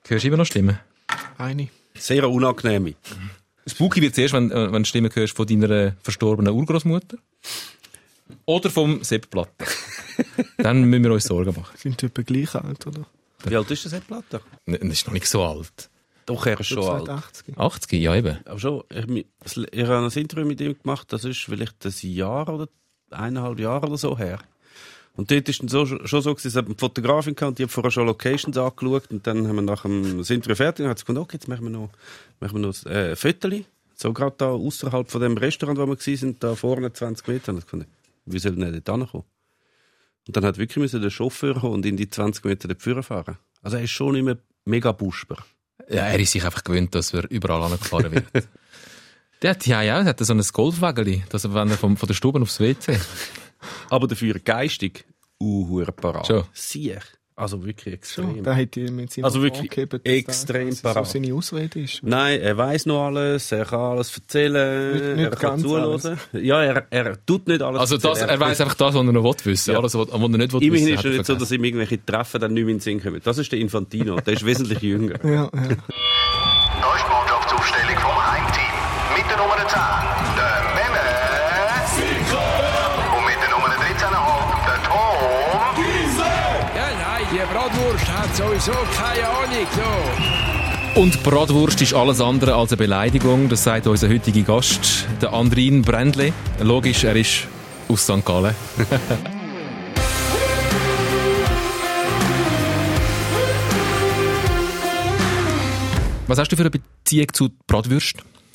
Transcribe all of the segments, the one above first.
Hörst du immer noch Stimmen? Eine. Sehr unangenehme. Spooky wird es erst, wenn du Stimmen hörst von deiner verstorbenen Urgroßmutter. Oder vom Sepp Blatter. Dann müssen wir uns Sorgen machen. Sind die etwa gleich alt, oder? Wie alt ist der Sepp Blatter? Das ist noch nicht so alt. Doch, er ist schon alt. 80. 80, ja eben. Aber schon, ich habe ein Interview mit ihm gemacht, das ist vielleicht ein Jahr oder 1,5 Jahre oder so her. Und dort ist dann schon so gewesen, es hat eine Fotografin gehabt, die hat vorher schon Locations angeschaut und dann haben wir nach dem Interview fertig und hat gesagt, okay, jetzt machen wir noch ein Foto. So gerade da außerhalb von dem Restaurant, wo wir waren, da vorne 20 Meter. Und gesagt, wie soll denn nicht hinkommen? Und dann hat wirklich der Chauffeur kommen und in die 20 Meter dort fahren. Also er ist schon immer mega buschbar. Ja, er ist sich einfach gewöhnt, dass er überall angefahren wird. Der hat ja auch, hat so ein Golfwägeli, dass er, wenn er von der Stube aufs WC. Aber dafür geistig, parat. Schon. Sicher. Also wirklich extrem. So, da hätte ich mir jetzt immer Also wirklich angegeben, extrem dass parat. so seine Ausrede ist. Nein, er weiss noch alles, er kann alles erzählen, Nicht er kann ganz zuhören. Ja, er tut nicht alles Also das, er weiss einfach das, was er noch wissen will. Ja. Alles, was er nicht will Immerhin wissen, ist es nicht so, dass ihm irgendwelche Treffen dann nicht mehr in den Sinn kommen. Das ist der Infantino, der ist wesentlich jünger. Ja. Da ist die Mannschaftsaufstellung vom Heimteam. Mit der Nummer 10, der Memme. Und mit der Nummer 13,5, der Tom. Ja, nein, die Bratwurst hat sowieso keine Ahnung. So. Und Bratwurst ist alles andere als eine Beleidigung, das sagt unser heutiger Gast, der Andrin Brändli. Logisch, er ist aus St. Gallen. Was hast du für eine Beziehung zu Bratwurst?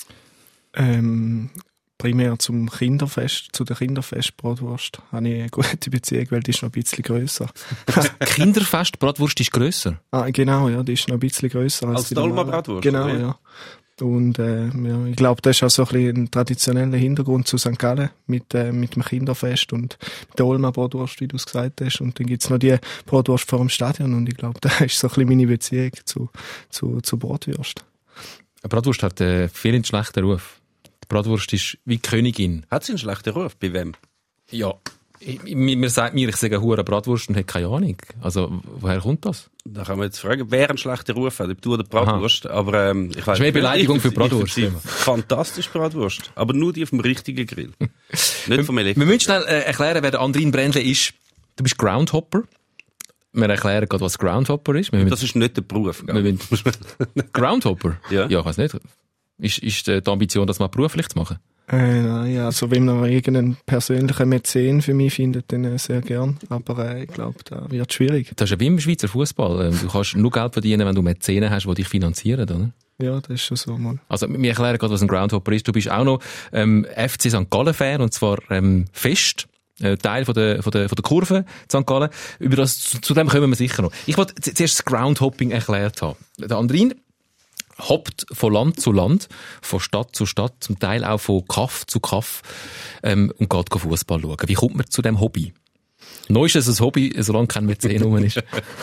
Primär zum Kinderfest, zu der Kinderfest-Bratwurst habe ich eine gute Beziehung, weil die ist noch ein bisschen grösser. Kinderfest, Bratwurst ist grösser. Genau, ja, die ist noch ein bisschen grösser als die Dolma normale. Bratwurst? Genau, oder? ja. Und ja, ich glaube, das ist auch so ein bisschen ein traditioneller Hintergrund zu St. Gallen mit dem Kinderfest und der Olma Bratwurst, wie du es gesagt hast. Und dann gibt's noch die Bratwurst vor dem Stadion und ich glaube, das ist so ein bisschen meine Beziehung zu Bratwurst. Eine Bratwurst hat viel einen schlechten Ruf. Die Bratwurst ist wie Königin. Hat sie einen schlechten Ruf? Bei wem? Ja. Mir sagt mir, ich sage hure Bratwurst und habe keine Ahnung. Also, woher kommt das? Da kann man jetzt fragen, wer einen schlechten Ruf hat, ob du oder Bratwurst. Aber ich weiss, Das ist mehr Beleidigung für Bratwurst. Ich finde sie fantastisch Bratwurst. Aber nur die auf dem richtigen Grill. Nicht vom Elektro. Wir müssen schnell erklären, wer der Andrin Brändli ist. Du bist Groundhopper. Wir erklären gerade, was Groundhopper ist. Das ist nicht der Beruf. Gell? Groundhopper? Ja. Ja, ich weiss nicht. Ist die Ambition, das mal beruflich zu machen? Nein, also wenn man irgendeinen persönlichen Mäzen für mich findet, dann sehr gern. Aber ich glaube, da wird schwierig. Das ist ja wie im Schweizer Fußball. Du kannst nur Geld verdienen, wenn du Mäzene hast, die dich finanzieren, oder? Ja, das ist schon so mal. Also, wir erklären gerade, was ein Groundhopper ist. Du bist auch noch FC St. Gallen-Fan, und zwar fest. Teil von der Kurve St. Gallen. Zu dem kommen wir sicher noch. Ich wollte zuerst das Groundhopping erklärt haben. Der Andrin hoppt von Land zu Land, von Stadt zu Stadt, zum Teil auch von Kaff zu Kaff, und geht Fußball schauen. Wie kommt man zu dem Hobby? Neu ist es ein Hobby, solange kein Mäzen rum ist.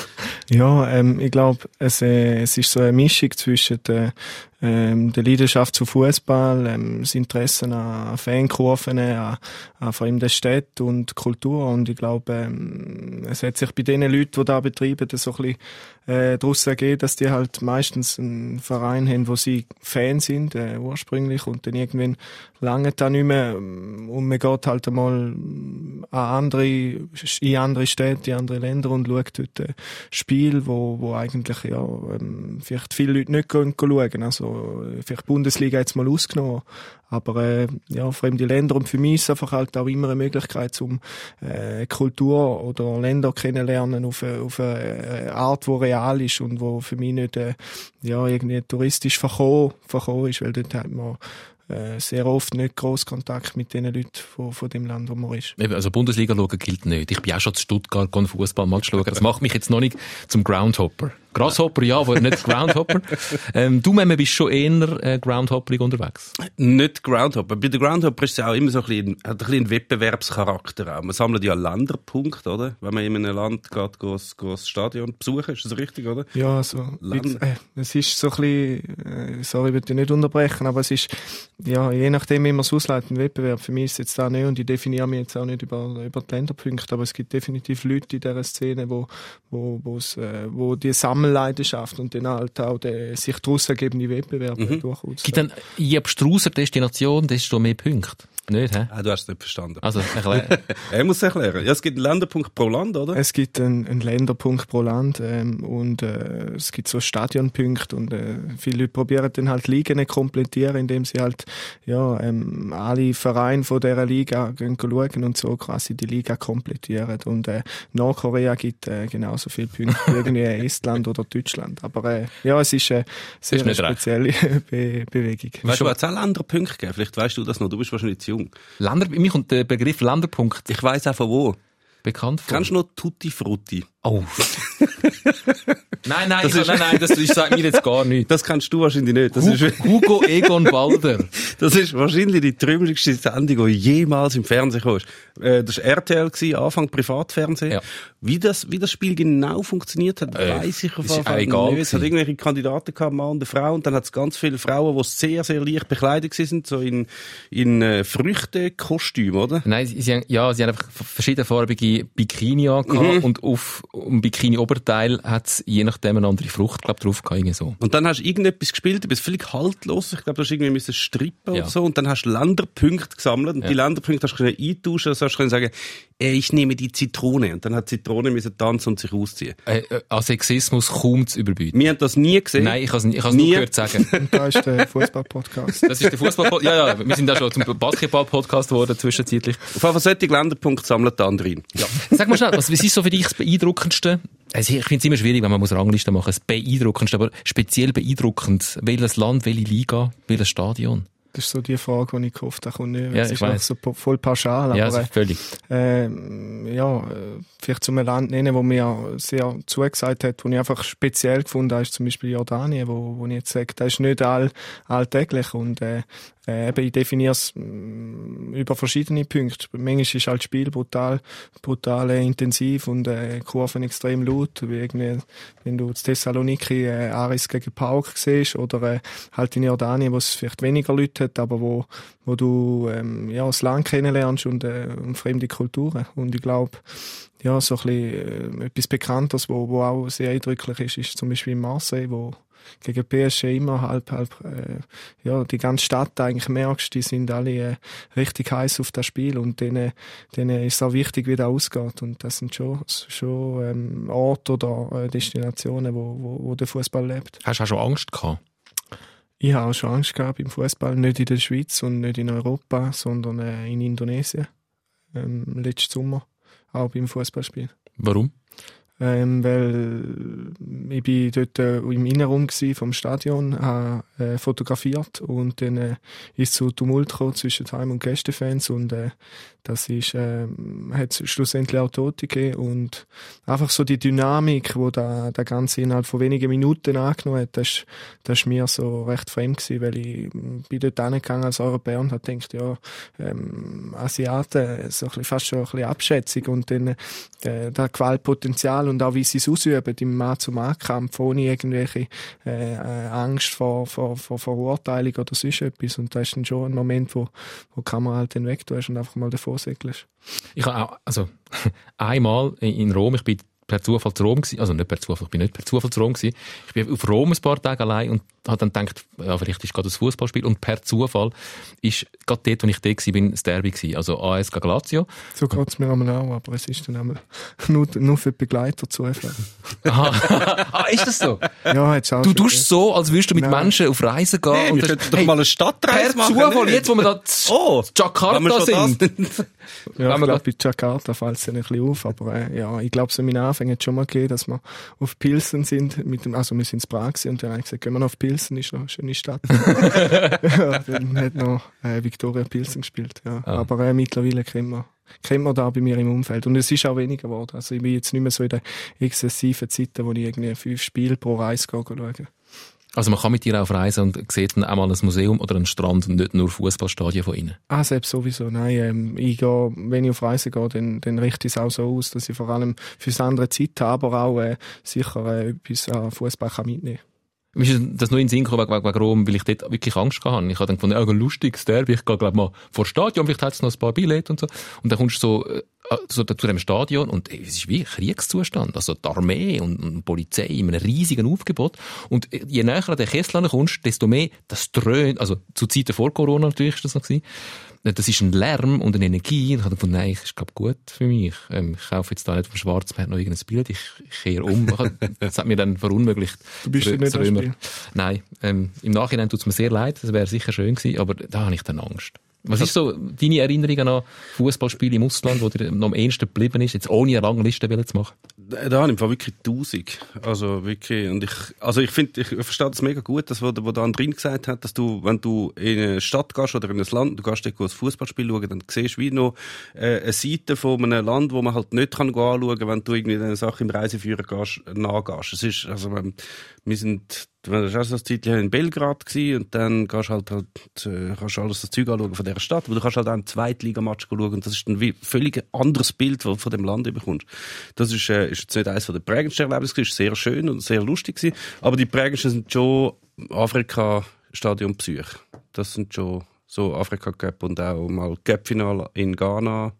Ja, ich glaube, es ist so eine Mischung zwischen der Leidenschaft zu Fußball, das Interesse an Fankurven, an vor allem der Städte und Kultur. Und ich glaube, es hat sich bei den Leuten, die da betreiben, so ein bisschen daraus ergeben, dass die halt meistens einen Verein haben, wo sie Fan sind, ursprünglich, und dann irgendwann lange da nicht mehr, und man geht halt einmal in andere Städte, in andere Länder und schaut dort Spiel, wo eigentlich, ja, vielleicht viele Leute nicht schauen. Also, vielleicht Bundesliga jetzt mal ausgenommen. Aber, ja, fremde Länder. Und für mich ist es einfach halt auch immer eine Möglichkeit, um Kultur oder Länder kennenlernen auf eine Art, die real ist und wo für mich nicht, ja, irgendwie touristisch verkommen ist, weil dort hat man sehr oft nicht gross Kontakt mit den Leuten von dem Land, wo man ist. Also Bundesliga schauen gilt nicht. Ich bin auch schon zu Stuttgart Fußballmatch schauen. Das macht mich jetzt noch nicht zum Groundhopper. Grasshopper, ja, aber nicht Groundhopper. Du, Memme, bist schon eher groundhopperig unterwegs. Nicht Groundhopper. Bei der Groundhopper ist es auch immer so ein bisschen Wettbewerbscharakter auch. Man sammelt ja Länderpunkte, oder? Wenn man in einem Land geht das Stadion besuchen, ist das richtig, oder? Ja, also, es ist so ein bisschen, sorry, ich will dich nicht unterbrechen, aber es ist, ja, je nachdem, wie man es ausleitet, ein Wettbewerb. Für mich ist es jetzt auch nicht, und ich definiere mich jetzt auch nicht über die Länderpunkte, aber es gibt definitiv Leute in dieser Szene, wo die sammeln Sammelleidenschaft und dann halt auch der sich daraus ergebende Wettbewerb durchaus. Gibt dann je abstruser Destination, desto mehr Punkte? Nicht, hä? Ah, du hast es nicht verstanden. Also, erklär. Er muss erklären. Ja, es gibt einen Länderpunkt pro Land, oder? Es gibt einen Länderpunkt pro Land und es gibt so Stadionpunkte und viele Leute probieren dann halt Ligen zu komplettieren, indem sie halt alle Vereine von dieser Liga gehen schauen und so quasi die Liga komplettieren. Und Nordkorea gibt genauso viele Punkte wie irgendwie Estland oder Deutschland. Aber es ist eine sehr spezielle Bewegung. Weißt du, hat es auch Länderpunkte gegeben? Vielleicht weißt du das noch, du bist wahrscheinlich zu jung. Mir kommt der Begriff Länderpunkt Ich weiss auch von wo. bekannt vor. Kennst du noch Tutti Frutti? Oh. Nein, das sagt mir jetzt gar nichts. Das kennst du wahrscheinlich nicht. Das ist Hugo Egon Balder. Das ist wahrscheinlich die trümmerigste Sendung, die jemals im Fernsehen kam. Das war RTL, Anfang Privatfernsehen. Ja. Wie das Spiel genau funktioniert hat, weiss ich auf jeden Fall egal nicht. Es hat irgendwelche Kandidaten gehabt, Mann und eine Frau, und dann hat es ganz viele Frauen, die sehr, sehr leicht bekleidet sind, so in Früchtekostüm, oder? Nein, sie haben einfach verschiedenfarbige Bikini angehabt und auf dem Bikini-Oberteil hat es je nachdem eine andere Frucht, glaube ich, drauf gehabt, irgendwie so. Und dann hast du irgendetwas gespielt, du bist völlig haltlos, ich glaube, du hast irgendwie müssen strippen oder so, und dann hast du Länderpunkte gesammelt, und die Länderpunkte hast du eintauschen, also hast du sagen, ich nehme die Zitrone, und dann hat die Zitrone müssen tanzen und sich ausziehen. An Sexismus kaum zu überbieten. Wir haben das nie gesehen. Nein, ich habe es nur gehört sagen. Und da ist der Fußball-Podcast. Das ist der Fußball-Podcast. Ja, wir sind auch schon zum Basketball-Podcast geworden, zwischenzeitlich. Auf jeden Fall solche Länderpunkte sammeln die anderen. Ja. Sag mal schnell, was ist so für dich das Beeindruckendste? Also ich finde es immer schwierig, wenn man Ranglisten machen muss. Das Beeindruckendste, aber speziell beeindruckend. Welches Land, welche Liga, welches Stadion? Das ist so die Frage, die ich gehofft habe. Und nicht, Ja, es ich ist weiss. so voll pauschal. Ja, aber, also völlig. vielleicht zum Land nennen, wo mir sehr zugesagt hat, wo ich einfach speziell gefunden habe, ist zum Beispiel Jordanien, wo ich jetzt sage, das ist nicht alltäglich und eben ich definiere es über verschiedene Punkte. Manchmal ist halt das Spiel brutal intensiv und Kurven extrem laut, wie irgendwie, wenn du in Thessaloniki Aris gegen PAOK siehst oder halt in Jordanien, wo es vielleicht weniger Leute hat, aber wo du das Land kennenlernst und fremde Kulturen. Und ich glaube, ja, so ein bisschen etwas Bekanntes, wo auch sehr eindrücklich ist zum Beispiel in Marseille, wo gegen PSG immer halb, die ganze Stadt eigentlich merkst, die sind alle richtig heiß auf das Spiel und denen ist es auch wichtig, wie das ausgeht. Und das sind schon Orte oder Destinationen, wo der Fußball lebt. Hast du auch schon Angst gehabt? Ich habe auch schon Angst gehabt beim Fußball, nicht in der Schweiz und nicht in Europa, sondern in Indonesien. Letzten Sommer, auch beim Fußballspiel. Warum? Weil ich bin dort im Innenraum vom Stadion, habe fotografiert und dann ist zu Tumult gekommen zwischen Heim- und Gästefans und das ist, hat schlussendlich auch Tote gegeben und einfach so die Dynamik, wo der Ganze innerhalb von wenigen Minuten angenommen hat, das ist mir so recht fremd gewesen, weil ich bin dort hingegangen als Europäer und habe gedacht, ja, Asiaten, so ein bisschen, fast schon ein bisschen Abschätzung und dann das Gewaltpotenzial und auch wie sie es ausüben im Mann-zu-Mann-Kampf, ohne irgendwelche Angst vor Verurteilung oder sonst etwas. Und das ist dann schon ein Moment, wo kann man halt den weg tust und einfach mal davor segelst. Ich habe auch, also einmal in Rom, ich bin per Zufall zu Rom gewesen, also nicht per Zufall, ich bin nicht per Zufall zu Rom gewesen. Ich bin auf Rom ein paar Tage allein und habe dann gedacht, ja, vielleicht ist gerade das Fußballspiel und per Zufall ist gerade dort, wo ich dort war, das Derby gewesen, also AS gegen Lazio. So geht es mir einmal auch, aber es ist dann einmal nur für die Begleiter Zufall. Ah, ist das so? Ja, jetzt auch Du schon tust so, als würdest du mit Menschen auf Reisen gehen. Nee, wir könnten doch mal eine Stadtreise per machen. Zufall, nicht? jetzt wo wir da in Jakarta sind. Ja, Wenn ich wir glaube, bei Jakarta fällt es ja ein bisschen auf, aber ich glaube, so meine Anfänge hat schon mal gegeben, dass wir auf Pilsen sind, also wir sind in Prag und dann habe ich gesagt, gehen wir noch auf Pilsen, ist noch eine schöne Stadt. Ja, dann hat noch Viktoria Pilsen gespielt, ja. Ah. Aber mittlerweile kennt man da bei mir im Umfeld. Und es ist auch weniger geworden. Also ich bin jetzt nicht mehr so in den exzessiven Zeiten, wo ich irgendwie 5 Spiele pro Reise schaue. Also man kann mit dir auf Reisen und sieht dann auch mal ein Museum oder einen Strand und nicht nur Fußballstadien von innen. Selbst sowieso. Nein, ich gehe, wenn ich auf Reise gehe, dann richte ich es auch so aus, dass ich vor allem für andere Zeit habe, aber auch sicher etwas an Fußball mitnehmen kann. Mir ist das nur in den Sinn gekommen wegen Rom, weil ich dort wirklich Angst hatte. Ich habe dann gefunden, ein lustiges Derby, ich gehe glaube mal vor Stadion, vielleicht hat es noch ein paar Billette und so. Und dann kommst du so zu dem Stadion und es ist wie Kriegszustand. Also die Armee und die Polizei in einem riesigen Aufgebot. Und je näher an den Kessel kommst, desto mehr das dröhnt. Also zu Zeiten vor Corona natürlich ist das noch gewesen. Das ist ein Lärm und eine Energie. Und ich habe gedacht, nein, ist glaube gut für mich. Ich kaufe jetzt da nicht vom Schwarzmarkt noch irgendein Bild. Ich kehre um. Das hat mir dann verunmöglicht. Du bist ja nicht Spiel. Nein, im Nachhinein tut es mir sehr leid. Das wäre sicher schön gewesen, aber da habe ich dann Angst. Was ist so deine Erinnerung an Fußballspiele im Ausland, wo dir noch am ehesten geblieben ist, jetzt ohne eine lange Liste zu machen? Da habe ich wirklich 1000. Also wirklich, und ich verstehe das mega gut, das, was da drin gesagt hat, dass du, wenn du in eine Stadt gehst oder in ein Land, du gehst dort ein Fußballspiel schauen, dann siehst du wie noch eine Seite von einem Land, wo man halt nicht kann anschauen kann, wenn du irgendwie eine Sache im Reiseführer nachgehst. Es ist, also, wir sind, das war auch so eine Zeit in Belgrad gewesen, und dann kannst du alles das Zeug anschauen von dieser Stadt, aber du kannst halt auch einen Zweitligamatch schauen, und das ist ein völlig anderes Bild, das du von dem Land bekommst. Das ist jetzt nicht eines der prägendsten Erlebnisse gewesen, ist sehr schön und sehr lustig gewesen, aber die prägendsten sind schon Afrika-Stadion Psych. Das sind schon so Afrika-Cup und auch mal Cup-Finale in Ghana,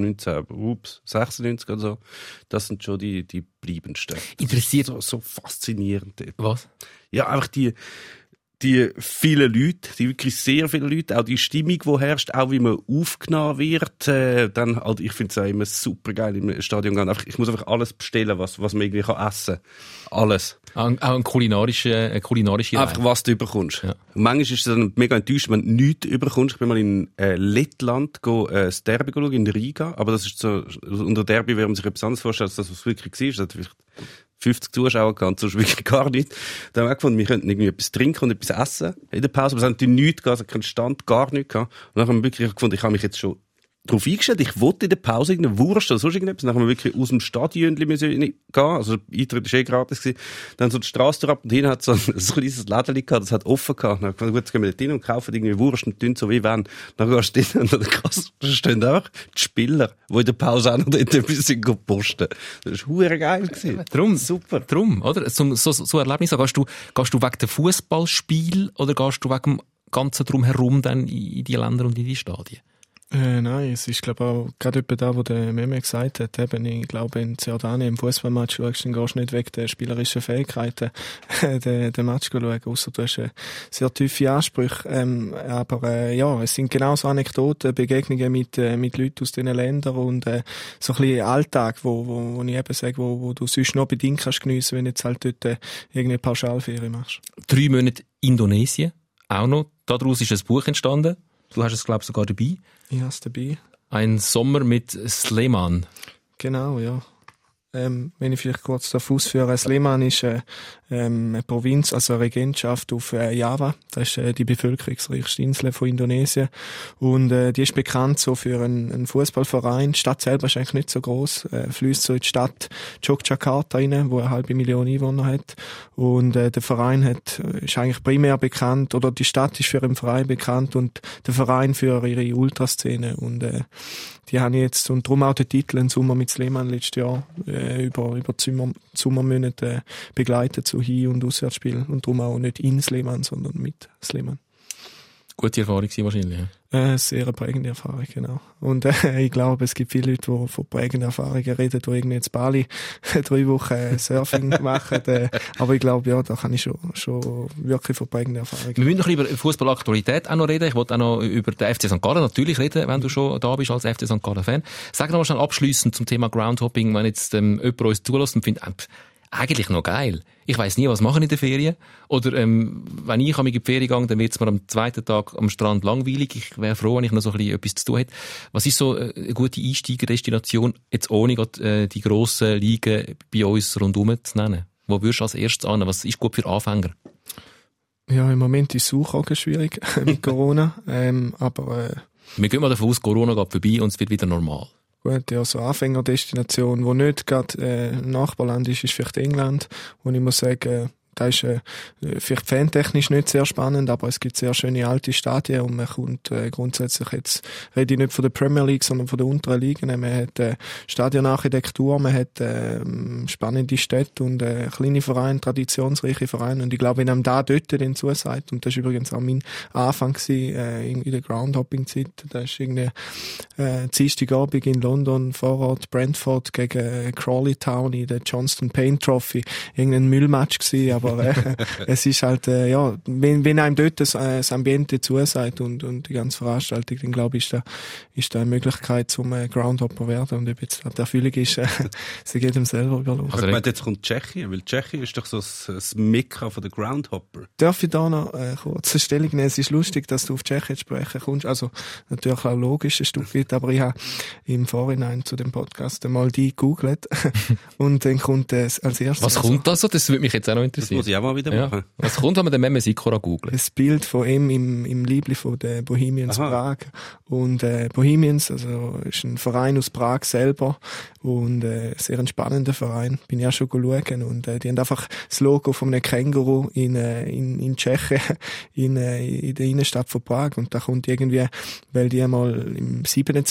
96 oder so. Das sind schon die bleibendsten. Interessiert so faszinierend dort. Was? Ja, einfach die vielen Leute, die wirklich sehr viele Leute, auch die Stimmung, die herrscht, auch wie man aufgenommen wird, dann halt, ich finde es auch immer super geil im Stadion gehen. Ich muss einfach alles bestellen, was man irgendwie essen kann. Alles. Auch eine kulinarische einfach, was du überkommst. Ja. Und manchmal ist es dann mega enttäuscht, wenn du nichts überkommst. Ich bin mal in Lettland das Derby schauen, in Riga, aber das ist so, unter Derby, während man sich etwas anderes vorstellt, als das, was wirklich war. Das hat vielleicht 50 Zuschauer gehabt, sonst wirklich gar nicht. Dann haben wir gefunden, wir könnten irgendwie etwas trinken und etwas essen in der Pause, aber es haben die nichts gehabt, es hat keinen Stand, gar nichts gehabt. Und dann haben wir wirklich gefunden, ich habe mich jetzt schon darauf eingestellt, ich wollte in der Pause irgendeine Wurst oder sonst irgendetwas. Dann haben wir wirklich aus dem Stadion gehen, also der Eintritt war gratis gewesen. Dann so die Strasse ab und hin hat so ein kleines Lädchen gehabt, das hat offen gehabt. Dann haben wir gesagt, gut, jetzt gehen wir dort hin und kaufen irgendwie Wurst und tun so wie wenn. Dann gehst du hin und an der Kasse stehen auch die Spieler, die in der Pause auch noch dort ein bisschen posten. Das war verdammt geil gewesen. Drum, super. Drum, oder? So Erlebnisse. Gehst du wegen dem Fußballspiel oder gehst du wegen dem ganzen Drumherum dann in die Länder und in die Stadien? Nein, es ist, glaube ich, auch gerade etwa da, wo der Meme gesagt hat, eben, ich glaube, in Jordanien im Fußballmatch schaust, dann gehst du nicht wegen der spielerischen Fähigkeiten den Match schauen, ausser du hast sehr tiefe Ansprüche. Ja, es sind genauso Anekdoten, Begegnungen mit Leuten aus diesen Ländern und so ein bisschen Alltag, wo ich eben sage, wo du sonst noch bedingt kannst geniessen, wenn du jetzt halt dort irgendeine Pauschalferien machst. 3 Monate Indonesien, auch noch. Daraus ist ein Buch entstanden. Du hast es, glaube ich, sogar dabei. Ich habe es dabei. Ein Sommer mit Sleman. Genau, ja. Wenn ich vielleicht kurz ausführen, Sleman ist eine Provinz, also eine Regentschaft auf Java. Das ist die bevölkerungsreichste Insel von Indonesien. Und die ist bekannt so für einen Fußballverein. Die Stadt selber ist eigentlich nicht so gross. Fließt so in die Stadt Yogyakarta rein, wo 500.000 Einwohner hat. Und der Verein ist eigentlich primär bekannt, oder die Stadt ist für ihren Verein bekannt und der Verein für ihre Ultraszene. Und die haben jetzt, und darum auch den Titel «Ein Sommer mit Sleman» letztes Jahr über die Sommermonate begleitet, so Hin- und Auswärtsspiele. Und darum auch nicht in Sleman, sondern mit Sleman. Gute Erfahrung war wahrscheinlich, ja. Sehr eine prägende Erfahrung, genau. Und ich glaube, es gibt viele Leute, die von prägenden Erfahrungen reden, die irgendwie jetzt Bali 3 Wochen Surfing machen. Aber ich glaube, ja, da kann ich schon wirklich von prägenden Erfahrungen. Wir müssen noch über Fußballaktualität auch noch reden. Ich wollte auch noch über den FC St. Gallen natürlich reden, wenn du schon da bist als FC St. Gallen-Fan. Sag noch mal schnell abschliessend zum Thema Groundhopping, wenn jetzt jemand uns zulässt und findet, eigentlich noch geil. Ich weiss nie, was machen in der Ferien. Oder wenn ich in die Ferien gehe, dann wird es mir am zweiten Tag am Strand langweilig. Ich wäre froh, wenn ich noch so ein bisschen etwas zu tun hätte. Was ist so eine gute Einsteigerdestination, jetzt ohne die grossen Ligen bei uns rundherum zu nennen? Wo würdest du als erstes an? Was ist gut für Anfänger? Ja, im Moment ist Suchhagen schwierig mit Corona. Aber wir gehen mal davon aus, Corona geht vorbei und es wird wieder normal. Gut, ja, so Anfängerdestination, wo nicht gerade Nachbarland ist vielleicht England, wo ich muss sagen, das ist vielleicht fantechnisch nicht sehr spannend, aber es gibt sehr schöne alte Stadien und man kommt grundsätzlich, jetzt rede ich nicht von der Premier League, sondern von der unteren Ligen. Man hat Stadionarchitektur, man hat spannende Städte und kleine Vereine, traditionsreiche Vereine, und ich glaube, wenn einem da dort dann zusagt, und das ist übrigens auch mein Anfang gewesen, in der Groundhopping-Zeit, das ist irgendwie Dienstagabend in London, Vorort Brentford gegen Crawley Town in der Johnston Payne Trophy, irgendein Müllmatch gewesen, aber es ist halt, wenn einem dort das Ambiente zusagt und die ganze Veranstaltung, dann glaube ich, ist da eine Möglichkeit zum Groundhopper werden, und ob jetzt die Erfüllung ist, sie geht ihm selber überlassen. Also ich meine, jetzt kommt Tschechien, weil Tschechien ist doch so das Mekka von der Groundhopper. Darf ich da noch kurz eine Stellung nehmen? Es ist lustig, dass du auf Tschechien sprechen kommst, also natürlich auch logisch ein Stück weit, aber ich habe im Vorhinein zu dem Podcast einmal die gegoogelt und dann kommt als erstes... Was kommt da so? Das würde mich jetzt auch noch interessieren. Das muss ich auch mal wieder machen. Was kommt, wenn man den Meme Sikora googelt? Das Bild von ihm im Liebling von den Bohemians Prag. Und Bohemians, also ist ein Verein aus Prag selber und sehr ein spannender Verein. Bin ja schon schauen, und die haben einfach das Logo von einem Känguru in Tschechien, in der Innenstadt von Prag, und da kommt irgendwie, weil die einmal im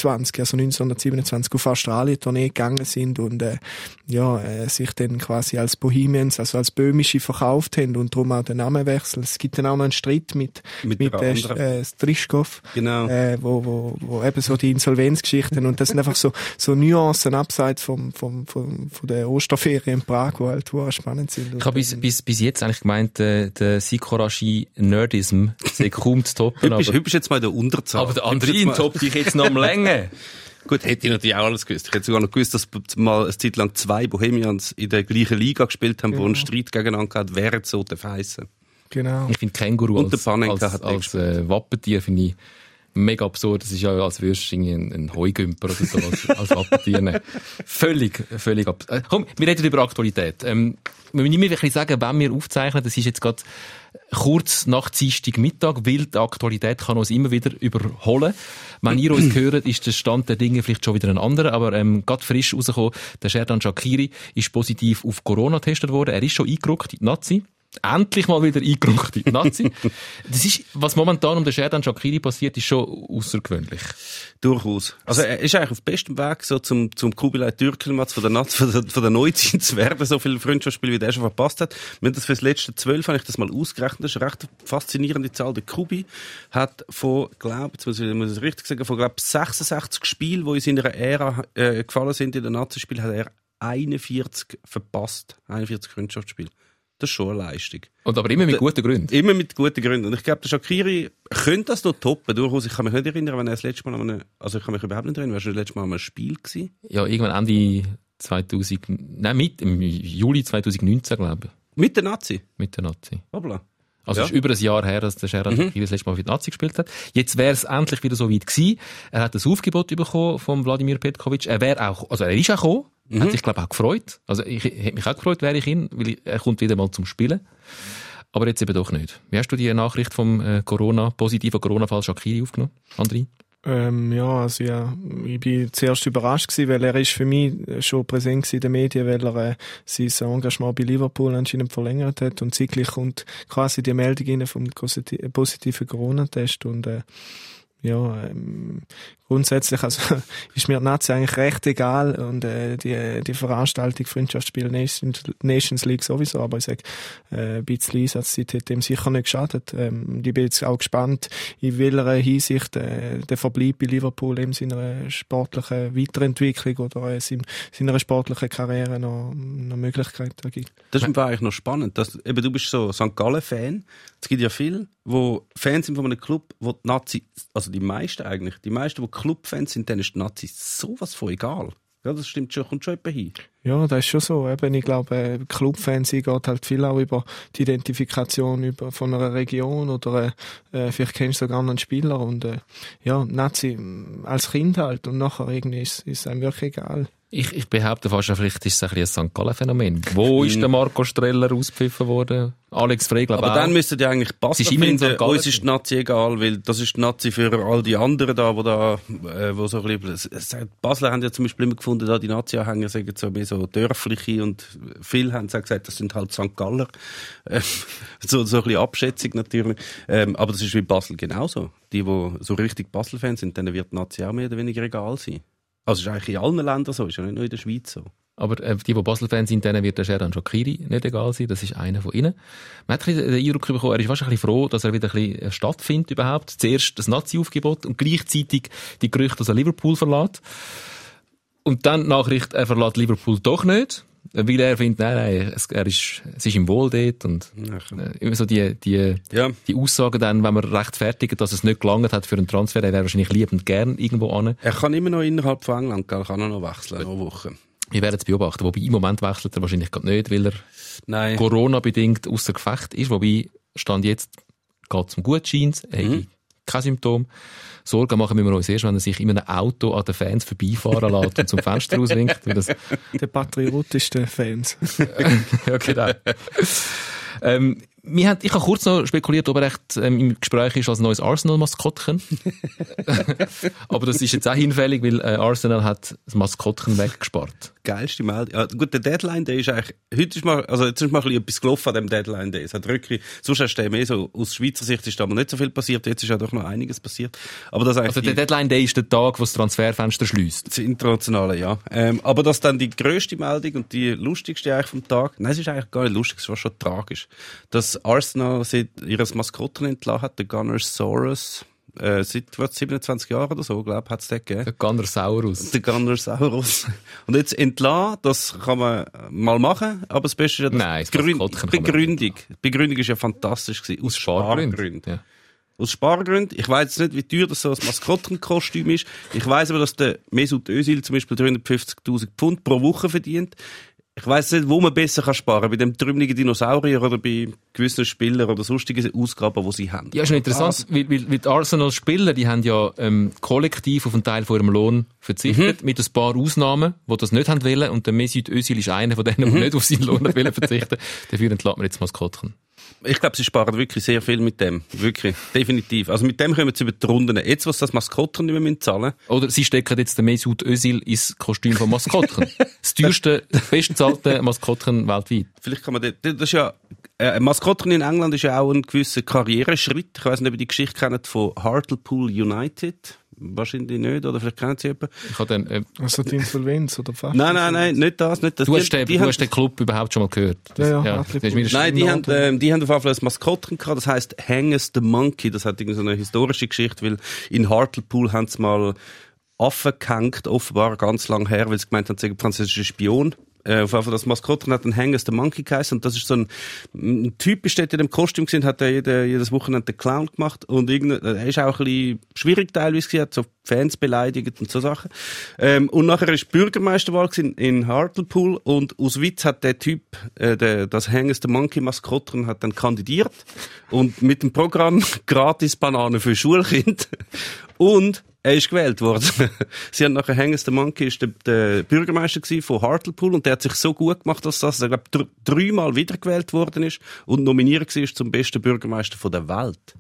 1927 auf Australien-Tournee gegangen sind und sich dann quasi als Bohemians, also als Böhmische verkauft haben und darum auch den Namenwechsel. Es gibt dann auch noch einen Streit mit Strischkow, genau. wo eben so die Insolvenzgeschichten, und das sind einfach so Nuancen abseits von der Osterferien in Prag, die halt spannend sind. Ich habe bis jetzt eigentlich gemeint, der Sikorashi-Nerdism sei kaum zu toppen. Heute bist jetzt mal in der Unterzahl. Aber der andere toppt dich jetzt noch am Länge. Gut, hätte ich natürlich auch alles gewusst. Ich hätte sogar noch gewusst, dass mal eine Zeit lang 2 Bohemians in der gleichen Liga gespielt haben, wo einen Streit gegeneinander hatten, wer jetzt so darf heissen. Genau. Ich finde Känguru Und als Wappentier finde ich mega absurd. Das ist ja, als würdest du ein Heugümper oder so als Wappentier nehmen. Völlig absurd. Komm, wir reden über Aktualität. Wir müssen mir wirklich sagen, wenn wir aufzeichnen, das ist jetzt gerade kurz nach Dienstagmittag, weil die Aktualität kann uns immer wieder überholen. Wenn ihr uns hört, ist der Stand der Dinge vielleicht schon wieder ein anderer, aber gerade frisch rausgekommen, der Xherdan Shaqiri ist positiv auf Corona getestet worden. Er ist schon eingerückt in die Nazi. Endlich mal wieder eingerückt in die Nazi. Das ist, was momentan um den Xherdan Shaqiri passiert, ist schon außergewöhnlich. Durchaus. Also er ist eigentlich auf bestem Weg, so zum Kubilay Türkelmatz von der Nazi, von der Neuzeit zu werden, so viele Freundschaftsspiele, wie der schon verpasst hat. Wir haben das für das letzte 12, habe ich das mal ausgerechnet, das ist eine recht faszinierende Zahl. Der Kubi hat von, jetzt muss ich es richtig sagen, von, 66 Spielen, die in seiner Ära gefallen sind in den Nazi-Spielen, hat er 41 verpasst. 41 Freundschaftsspiele. Das ist schon eine Leistung. Und aber immer mit guten Gründen. Immer mit guten Gründen. Und ich glaube, der Shaqiri könnte das noch toppen. Durchaus. Ich kann mich nicht erinnern, wenn er das letzte Mal ich kann mich überhaupt nicht erinnern, war das letzte Mal an einem Spiel gewesen? Ja, irgendwann im Juli 2019, glaube ich. Mit der Nazi? Mit der Nazi. Hoppla. Also es ist über ein Jahr her, dass der Xherdan Shaqiri das letzte Mal für die Nazi gespielt hat. Jetzt wäre es endlich wieder so weit gewesen. Er hat das Aufgebot bekommen von Wladimir Petkovic. Er ist auch gekommen. Hat sich, glaube ich, auch gefreut. Also ich hätte mich auch gefreut, wäre ich ihn, weil er kommt wieder mal zum Spielen. Aber jetzt eben doch nicht. Wie hast du die Nachricht vom positiven Corona-Fall Shaqiri aufgenommen, André? Ich bin zuerst überrascht gewesen, weil er ist für mich schon präsent gewesen in den Medien, weil er sein Engagement bei Liverpool anscheinend verlängert hat, und zeitgleich kommt quasi die Meldung rein vom positiven Corona-Test, und grundsätzlich, also, ist mir die Nazi eigentlich recht egal, und die Veranstaltung Freundschaftsspiel Nations League sowieso, aber ich sage, ein bisschen Einsatzzeit hat dem sicher nicht geschadet. Ich bin jetzt auch gespannt, in welcher Hinsicht der Verbleib bei Liverpool in seiner sportlichen Weiterentwicklung oder seiner sportlichen Karriere noch Möglichkeiten gibt. Das ist eigentlich noch spannend. Eben, du bist so St. Gallen-Fan. Es gibt ja viele, die Fans sind von einem Club, wo die Nazi, also die meisten, die Clubfans sind, denen ist die Nazi sowas von egal. Ja, das stimmt schon, kommt schon jemand hin. Ja, das ist schon so. Eben, ich glaube, Clubfans geht halt viel auch über die Identifikation von einer Region oder vielleicht kennst du sogar einen Spieler und Nazi als Kind halt, und nachher irgendwie ist einem wirklich egal. Ich behaupte fast, vielleicht ist es ein bisschen ein St. Gallen-Phänomen. Wo ist der Marco Streller ausgepfiffen worden? Alex Frey, glaube ich. Aber dann müssten ja eigentlich Basler finden, uns ist die Nazi egal, weil das ist die Nazi für all die anderen da, wo so ein bisschen, Basler haben ja zum Beispiel immer gefunden, da die Nazi-Anhänger sagen so mehr so dörfliche und viele haben gesagt, das sind halt St. Galler. So ein bisschen Abschätzung natürlich. Aber das ist wie Basel genauso. Die so richtig Basel-Fans sind, denen wird die Nazi auch mehr oder weniger egal sein. Also ist eigentlich in allen Ländern so, ist ja nicht nur in der Schweiz so. Aber die Basel-Fans sind, denen wird der Sheran Shaqiri nicht egal sein. Das ist einer von ihnen. Man hat ein bisschen den Eindruck bekommen, er ist wahrscheinlich froh, dass er wieder ein bisschen stattfindet überhaupt. Zuerst das Nazi-Aufgebot und gleichzeitig die Gerüchte, dass er Liverpool verlässt. Und dann die Nachricht, er verlässt Liverpool doch nicht. Weil er findet, nein, es ist ihm wohl dort. Und immer so die Aussagen dann, wenn man rechtfertigt, dass es nicht gelangt hat für einen Transfer, er wäre wahrscheinlich liebend gern irgendwo hin. Er kann immer noch innerhalb von England, kann er noch wechseln, noch Wochen. Wir werden es beobachten. Wobei im Moment wechselt er wahrscheinlich gerade nicht, weil er Corona-bedingt ausser Gefecht ist. Wobei, Stand jetzt geht es ihm gut, scheint. Er hat kein Symptom. Sorgen machen wir uns erst, wenn er sich in einem Auto an den Fans vorbeifahren lässt und zum Fenster rauswinkt. Der patriotischste Fans. Ja, genau. Ich habe kurz noch spekuliert, ob er echt im Gespräch ist als neues Arsenal-Maskottchen. Aber das ist jetzt auch hinfällig, weil Arsenal hat das Maskottchen weggespart. Geilste Meldung. Ja, gut, der Deadline Day ist eigentlich, jetzt ist mal ein bisschen etwas gelaufen an dem Deadline Day. Es hat wirklich, sonst hast du mehr so, aus Schweizer Sicht ist da mal nicht so viel passiert, jetzt ist ja doch noch einiges passiert. Aber das also der Deadline Day ist der Tag, wo das Transferfenster schliesst. Das Internationale, ja. Aber das dann die grösste Meldung und die lustigste eigentlich vom Tag, nein, es ist eigentlich gar nicht lustig, es war schon tragisch, dass Arsenal ihres Maskottchen entlassen hat, der Gunnersaurus. Seit 27 Jahren oder so, glaube ich, hat es den gegeben. Der Gunnersaurus. Der Gunnersaurus. Und jetzt entlassen, das kann man mal machen, aber das Beste ist ja die Begründung. Die Begründung ist ja fantastisch gewesen. Aus Spargründen. Ja. Aus Spargründen. Ich weiss nicht, wie teuer das so ein Maskottenkostüm ist. Ich weiss aber, dass der Mesut Özil zum Beispiel 350.000 Pfund pro Woche verdient. Ich weiss nicht, wo man besser sparen kann. Bei dem trümmeligen Dinosaurier oder bei gewissen Spielern oder sonstigen Ausgaben, die sie haben. Ja, ist schon interessant, weil die Arsenal-Spieler, die haben ja kollektiv auf einen Teil von ihrem Lohn verzichtet, mit ein paar Ausnahmen, die das nicht haben wollen. Und der Mesut Özil ist einer von denen, die nicht auf seinen Lohn wollen verzichten. Dafür entlässt man jetzt Maskottchen. Ich glaube, sie sparen wirklich sehr viel mit dem. Wirklich. Definitiv. Also mit dem kommen sie über die Runden. Jetzt, was das Maskottchen nicht mehr zahlen. Oder sie stecken jetzt den Mesut Özil ins Kostüm von Maskottchen. Das teuerste, bestbezahlte Maskottchen weltweit. Vielleicht kann man das ist ja, Maskottchen in England ist ja auch ein gewisser Karriereschritt. Ich weiss nicht, ob ihr die Geschichte kennt von Hartlepool United. Wahrscheinlich nicht, oder vielleicht kennen Sie jemanden. Ich habe dann, also die Insolvenz, oder fast? Nein, nicht das. Du hast den Club überhaupt schon mal gehört? Ja. Nein, die haben auf jeden Fall ein Maskottchen gehabt, das heisst Hangest the Monkey. Das hat irgendwie so eine historische Geschichte, weil in Hartlepool haben sie mal Affen gehängt, offenbar ganz lang her, weil sie gemeint haben, sie sind französische Spion. Auf jeden Fall das Maskottchen hat ein Hangest the Monkey geheißen und das ist so ein typisch, der in dem Kostüm gesehen hat, der jedes Wochenende den Clown gemacht und er ist auch ein bisschen schwierig teilweise, hat so Fans beleidigt und so Sachen. Und nachher ist Bürgermeisterwahl in Hartlepool und aus Witz hat der Typ, das Hangest the Monkey Maskottchen hat dann kandidiert und mit dem Programm gratis Bananen für Schulkinder und er ist gewählt worden. Sie haben nachher Hangest the Monkey ist der Bürgermeister von Hartlepool und der hat sich so gut gemacht, dass er, glaube ich, 3-mal wiedergewählt worden ist und nominiert war zum besten Bürgermeister der Welt.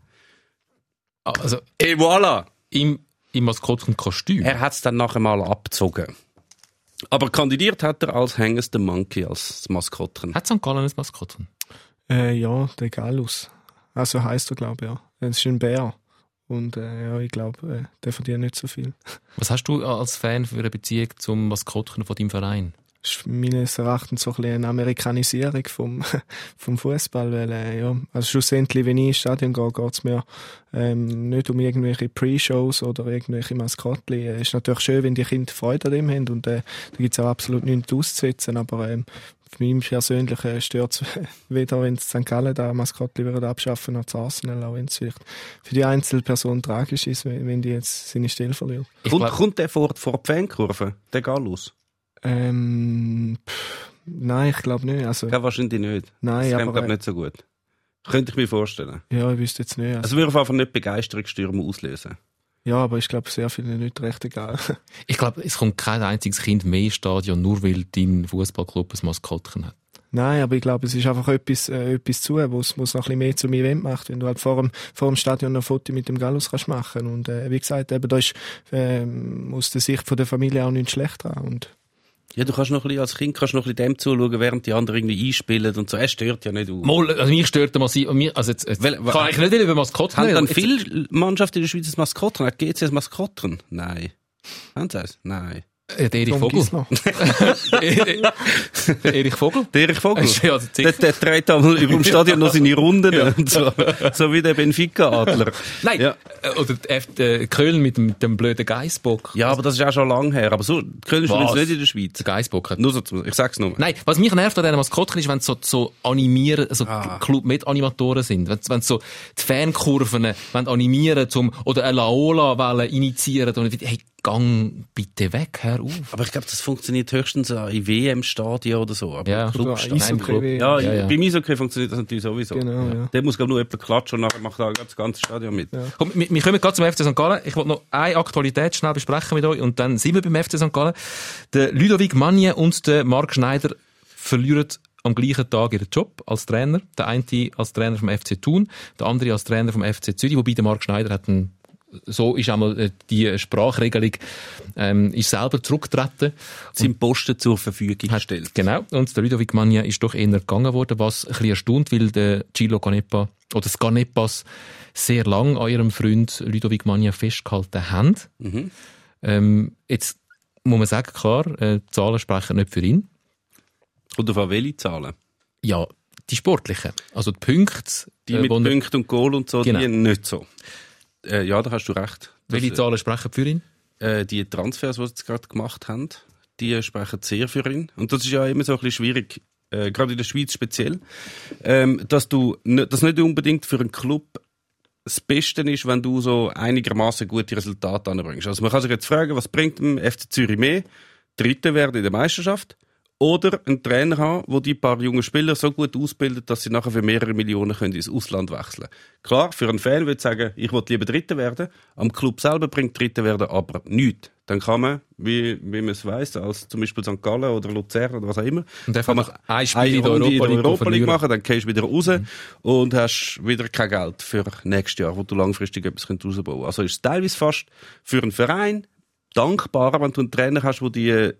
Also, et voilà! Im Maskottchenkostüm. Er hat es dann nachher mal abgezogen. Aber kandidiert hat er als Hangest the Monkey, als Maskottchen. Hat St. Gallen ein Maskottchen? Ja, der Gallus. Also heisst er, glaube ich, ja. Das ist ein Bär. Und ich glaube, der verdient nicht so viel. Was hast du als Fan für eine Beziehung zum Maskottchen von deinem Verein? Das ist meines Erachtens so ein bisschen eine Amerikanisierung vom Fußball, weil also schlussendlich, wenn ich ins Stadion gehe, geht es mir nicht um irgendwelche Pre-Shows oder irgendwelche Maskottchen. Es ist natürlich schön, wenn die Kinder Freude an dem haben und da gibt es auch absolut nichts auszusetzen, aber für mich persönlich stört es weder, wenn es St. Gallen da Maskottchen wieder abschaffen, noch zu Arsenal, auch wenn es vielleicht für die Einzelperson tragisch ist, wenn die jetzt seine Stelle verliert. Kommt der vor die Fankurve, der Gallus? Nein, ich glaube nicht. Also, ja, wahrscheinlich nicht. Nein, das aber nicht so gut. Könnte ich mir vorstellen. Ja, ich wüsste jetzt nicht. Also würde einfach nicht Begeisterungsstürme auslösen. Ja, aber ich glaube, sehr vielen nicht recht egal. Ich glaube, es kommt kein einziges Kind mehr ins Stadion, nur weil dein Fußballclub ein Maskottchen hat. Nein, aber ich glaube, es ist einfach etwas zu, wo es noch ein bisschen mehr zum Event macht, wenn du halt vor dem Stadion ein Foto mit dem Gallus kannst machen. Und wie gesagt, eben, da ist aus der Sicht von der Familie auch nichts schlecht dran. Und ja, du kannst noch ein bisschen, als Kind kannst noch ein bisschen dem zuschauen, während die anderen irgendwie einspielen und so. Er stört ja nicht aus. Also mich stört massiv. Also jetzt kann ich nicht über Maskottchen Haben reden. dann viele Mannschaften in der Schweiz ein Maskottchen? Hat GC ein Maskottchen? Nein. Haben sie es? Nein. Der Erich Vogel. Der Erich Vogel? Der Erich Vogel? Ja, der dreht einmal über dem Stadion noch seine Runden und so wie der Benfica-Adler. Nein, ja. Oder Köln mit dem blöden Geissbock. Ja, aber das ist auch schon lange her. Aber so, Köln ist übrigens nicht in der Schweiz. Der Geissbock hat... Nur so, ich sag's nur. Nein, was mich nervt an diesen Maskottchen ist, wenn es so animieren, Club mit Animatoren sind. Wenn so die Fankurven animieren oder eine Laola initiieren und hey, gang bitte weg, hör auf. Aber ich glaube, das funktioniert höchstens in WM-Stadien oder so. Aber ja, Club. Ja, beim Eishockey funktioniert das natürlich sowieso. Genau, ja. Der muss, glaube ich, nur jemand klatschen und nachher macht er das ganze Stadion mit. Ja. Komm, wir kommen gerade zum FC St. Gallen. Ich wollte noch eine Aktualität schnell besprechen mit euch und dann sind wir beim FC St. Gallen. Der Ludovic Magnier und der Marc Schneider verlieren am gleichen Tag ihren Job als Trainer. Der eine als Trainer vom FC Thun, der andere als Trainer vom FC Zürich, wobei der Marc Schneider hat so ist einmal die Sprachregelung, ist selber zurückgetreten. Seinen Posten zur Verfügung gestellt. Genau. Und der Ludovic Magnier ist doch eher gegangen worden, was ein bisschen erstaunt, weil der Gillo Canepa oder das Canepas sehr lang an ihrem Freund Ludovic Magnier festgehalten haben. Mhm. Jetzt muss man sagen, klar, die Zahlen sprechen nicht für ihn. Und auf welche Zahlen? Ja, die sportlichen. Also die Punkte. Die mit Punkten und Goal und so, genau. Die nicht so. Ja, da hast du recht. Welche Zahlen sprechen für ihn? Die Transfers, die sie jetzt gerade gemacht haben, die sprechen sehr für ihn. Und das ist ja immer so ein bisschen schwierig, gerade in der Schweiz speziell, dass das nicht unbedingt für einen Club das Beste ist, wenn du so einigermaßen gute Resultate anbringst. Also man kann sich jetzt fragen, was bringt dem FC Zürich mehr? Dritter werden in der Meisterschaft? Oder einen Trainer haben, der die paar jungen Spieler so gut ausbildet, dass sie nachher für mehrere Millionen können ins Ausland wechseln können. Klar, für einen Fan würde ich sagen, ich will lieber Dritter werden. Am Club selber bringt Dritter werden aber nichts. Dann kann man, wie man es weiss, als zum Beispiel St. Gallen oder Luzern oder was auch immer, und kann man ein Spiel in der Europa League machen, dann gehst du wieder raus und hast wieder kein Geld für nächstes Jahr, wo du langfristig etwas rausbauen kannst. Also ist es teilweise fast für einen Verein dankbarer, wenn du einen Trainer hast, der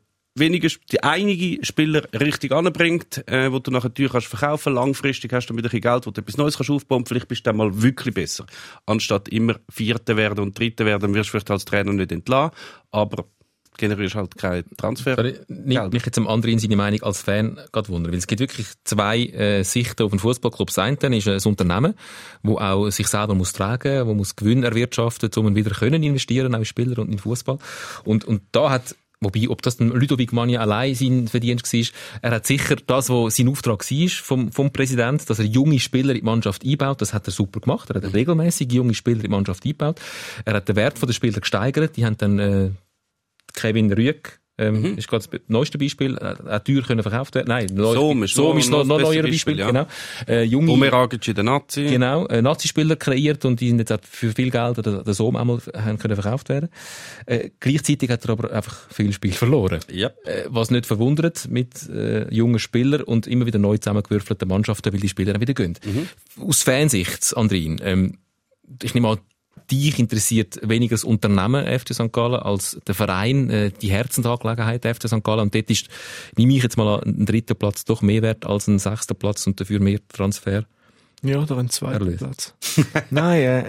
die einige Spieler richtig anbringt, wo du nachher Tür kannst verkaufen, langfristig hast du wieder ein Geld, wo du etwas Neues kannst aufbauen, vielleicht bist du dann mal wirklich besser. Anstatt immer Vierter werden und Dritter werden, dann wirst du vielleicht als Trainer nicht entlassen, aber generierst halt kein Transfer. Nimmt mich jetzt am anderen seine Meinung als Fan gerade wundern, weil es gibt wirklich zwei Sichten auf einen Fußballclub. Das eine ist ein Unternehmen, wo auch sich selber muss tragen, wo muss Gewinn erwirtschaften, um wieder können investieren, auch in Spieler und in Fußball. Und da hat wobei, ob das Ludovic Magnier allein sein Verdienst war, er hat sicher das, was sein Auftrag war vom Präsidenten, dass er junge Spieler in die Mannschaft einbaut, das hat er super gemacht. Er hat regelmäßig junge Spieler in die Mannschaft eingebaut. Er hat den Wert der Spieler gesteigert. Die haben dann Kevin Rüegg, ist gerade das neueste Beispiel, auch teuer können verkauft werden. Nein, Sohm ist noch neuer Beispiel. Ja. Genau. Junge Umeragic in der Nazi. Genau, Nazi-Spieler kreiert und die sind jetzt auch für viel Geld oder der Sohm einmal haben können verkauft werden. Gleichzeitig hat er aber einfach viel Spiel verloren. Yep. Was nicht verwundert mit jungen Spielern und immer wieder neu zusammengewürfelten Mannschaften, weil die Spieler dann wieder gehen. Aus Fansicht, Andrin, ich nehme an, dich interessiert weniger das Unternehmen FC St. Gallen als der Verein, die Herzensangelegenheit FC St. Gallen. Und dort ist, nehme ich jetzt mal einen dritten Platz doch mehr wert als einen sechsten Platz und dafür mehr Transfer. Ja, oder einen zweiten Platz. Nein,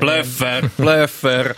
Blöffer.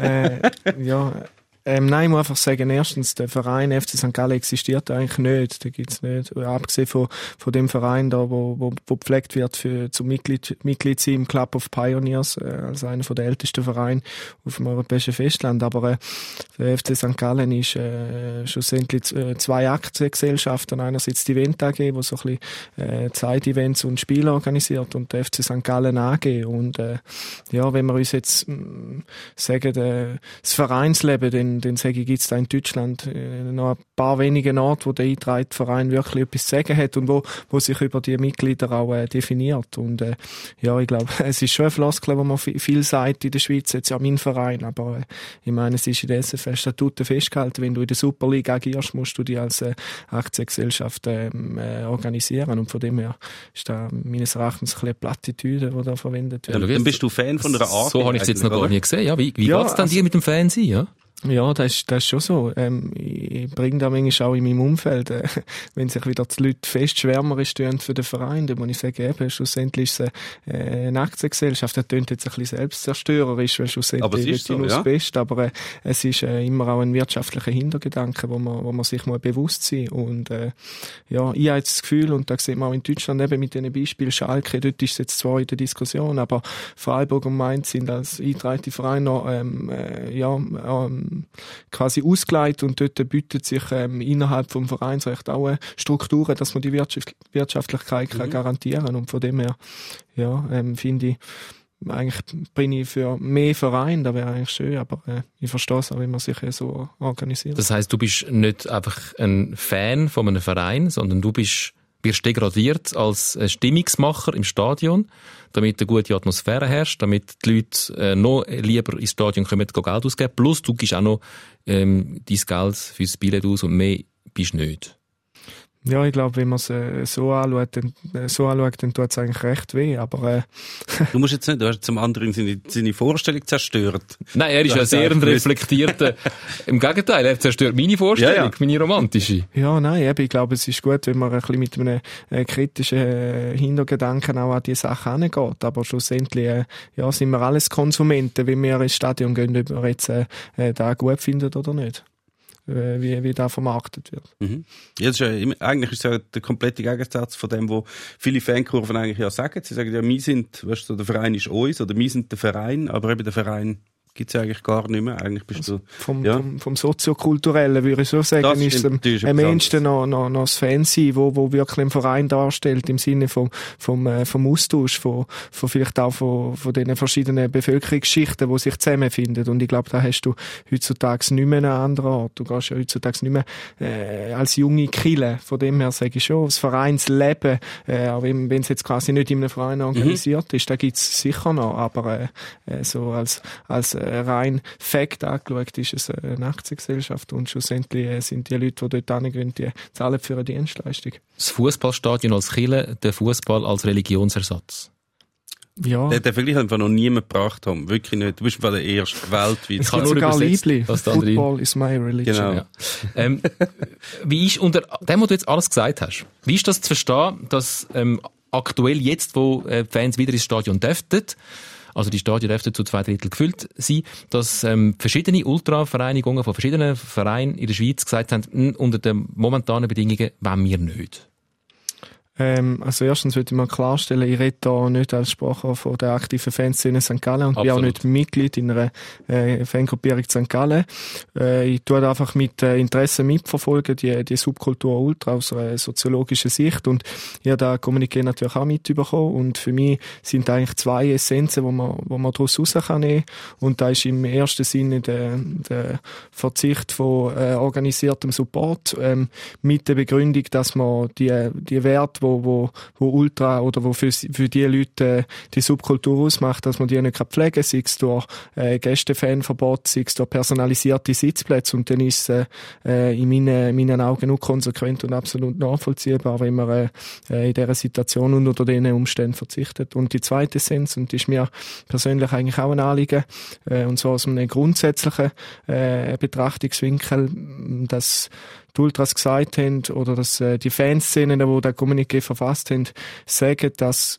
Nein, ich muss einfach sagen, erstens, der Verein FC St. Gallen existiert eigentlich nicht. Den gibt's nicht. Abgesehen von dem Verein da, wo gepflegt wird zum Mitglied sein im Club of Pioneers, als einer von der ältesten Vereine auf dem europäischen Festland. Aber der FC St. Gallen ist schlussendlich zwei Aktiengesellschaften. Einerseits die Event AG, wo so ein bisschen Zeitevents und Spiele organisiert, und der FC St. Gallen AG. Und wenn wir uns jetzt sagen, das Vereinsleben, dann dann sage ich, gibt's da in Deutschland noch ein paar wenige Orte, wo der eingetragene Verein wirklich etwas zu sagen hat und wo sich über die Mitglieder auch definiert. Und ja, ich glaube, es ist schon eine Floskel, wo man viel sagt in der Schweiz, jetzt ja mein Verein, aber ich meine, es ist in den SFL-Statuten festgehalten, wenn du in der Super League agierst, musst du dich als Aktiengesellschaft organisieren, und von dem her ist da meines Erachtens eine Plattitüde, die da verwendet wird. Ja, dann bist du Fan von einer AG? So habe ich es jetzt noch gar nicht gesehen. Ja, wie ja, geht's denn dir mit dem Fan sein? Ja? Ja, das ist schon so. Ich bringe da manchmal auch in meinem Umfeld, wenn sich wieder die Leute fest schwärmerisch tun für den Verein, dann muss ich sagen, eben, schlussendlich ist es eine Aktiengesellschaft. Das klingt jetzt ein bisschen selbstzerstörerisch, weil schlussendlich ist so, ja. Best, aber es ist immer auch ein wirtschaftlicher Hintergedanke, wo man sich mal bewusst sein. Und ja, ich habe jetzt das Gefühl, und da sieht man auch in Deutschland eben mit diesen Beispielen Schalke, dort ist es jetzt zwar in der Diskussion, aber Freiburg und Mainz sind als eingetragene Vereine noch quasi ausgeleitet, und dort bietet sich innerhalb vom Vereinsrecht auch Strukturen, dass man die Wirtschaftlichkeit kann garantieren. Und von dem her, ja, finde ich, eigentlich bin ich für mehr Verein, das wäre eigentlich schön, aber ich verstehe es auch, wenn man sich so organisiert. Das heisst, du bist nicht einfach ein Fan von einem Verein, sondern du wirst degradiert als Stimmungsmacher im Stadion, damit eine gute Atmosphäre herrscht, damit die Leute noch lieber ins Stadion kommen, Geld ausgeben. Plus, du gibst auch noch dein Geld fürs Billett aus und mehr bist du nicht. Ja, ich glaube, wenn man es so anschaut, dann tut es eigentlich recht weh, aber Du musst jetzt nicht, du hast zum anderen seine Vorstellung zerstört. Nein, er ist ja sehr ein reflektierter. Im Gegenteil, er zerstört meine Vorstellung, meine romantische. Ja, nein, eben, ich glaube, es ist gut, wenn man ein bisschen mit einem kritischen Hintergedanken auch an die Sache herangeht, aber schlussendlich ja, sind wir alles Konsumenten, wenn wir ins Stadion gehen, ob wir jetzt da gut finden oder nicht. Wie da vermarktet wird. Mhm. Ja, das ist ja, eigentlich ist es ja der komplette Gegensatz von dem, was viele Fankurven eigentlich ja sagen. Sie sagen ja, wir sind, weißt du, der Verein ist uns, oder wir sind der Verein, aber eben der Verein gibt's ja eigentlich gar nicht mehr. Eigentlich bist du, vom Soziokulturellen, würde ich so sagen, ist es am ehesten noch das Fansein, wo wirklich einen Verein darstellt, im Sinne vom Austausch, von vielleicht auch von den verschiedenen Bevölkerungsschichten, die sich zusammenfinden. Und ich glaube, da hast du heutzutage nicht mehr einen anderen Ort. Du gehst ja heutzutage nicht mehr als junge Kille. Von dem her sage ich schon, das Vereinsleben, auch wenn es jetzt quasi nicht in einem Verein organisiert ist, da gibt's sicher noch, aber so als rein Fakt angeschaut, ist es eine Aktiengesellschaft, und schlussendlich sind die Leute, die dort hingehen, die zahlen für eine Dienstleistung. Das Fußballstadion als Kirche, der Fußball als Religionsersatz. Ja. Den Vergleich einfach noch niemand gebracht haben. Wirklich nicht. Du bist der erste weltweit. Ich kann sogar Liebli. Football is my religion. Genau. Ja. Wie ist unter dem, was du jetzt alles gesagt hast, wie ist das zu verstehen, dass aktuell jetzt, wo die Fans wieder ins Stadion dürften, also die Stadien dürften zu 2/3 gefüllt sein, dass verschiedene Ultravereinigungen von verschiedenen Vereinen in der Schweiz gesagt haben, unter den momentanen Bedingungen wollen wir nicht? Also erstens würde ich mal klarstellen, ich rede da nicht als Sprecher von der aktiven Fanszene St. Gallen und bin auch nicht Mitglied in einer Fangruppierung St. Gallen. Ich tue da einfach mit Interesse mitverfolgen, die Subkultur Ultra aus einer soziologischen Sicht, und ich habe da Kommuniqué natürlich auch mitbekommen, und für mich sind eigentlich zwei Essenzen, wo man daraus raus kann nehmen. Und da ist im ersten Sinne der Verzicht von organisiertem Support mit der Begründung, dass man die Werte, wo Ultra oder wo für die Leute die Subkultur ausmacht, dass man die nicht pflegen kann, sei es durch Gästefanverbot, sei es durch personalisierte Sitzplätze, und dann ist es in meinen Augen nur konsequent und absolut nachvollziehbar, wenn man in dieser Situation und unter diesen Umständen verzichtet. Und die zweite Essenz, und die ist mir persönlich eigentlich auch ein Anliegen, und zwar aus einem grundsätzlichen Betrachtungswinkel, dass die Ultras gesagt haben, oder dass die Fanszenen, die der Kommuniqué verfasst haben, sagen, dass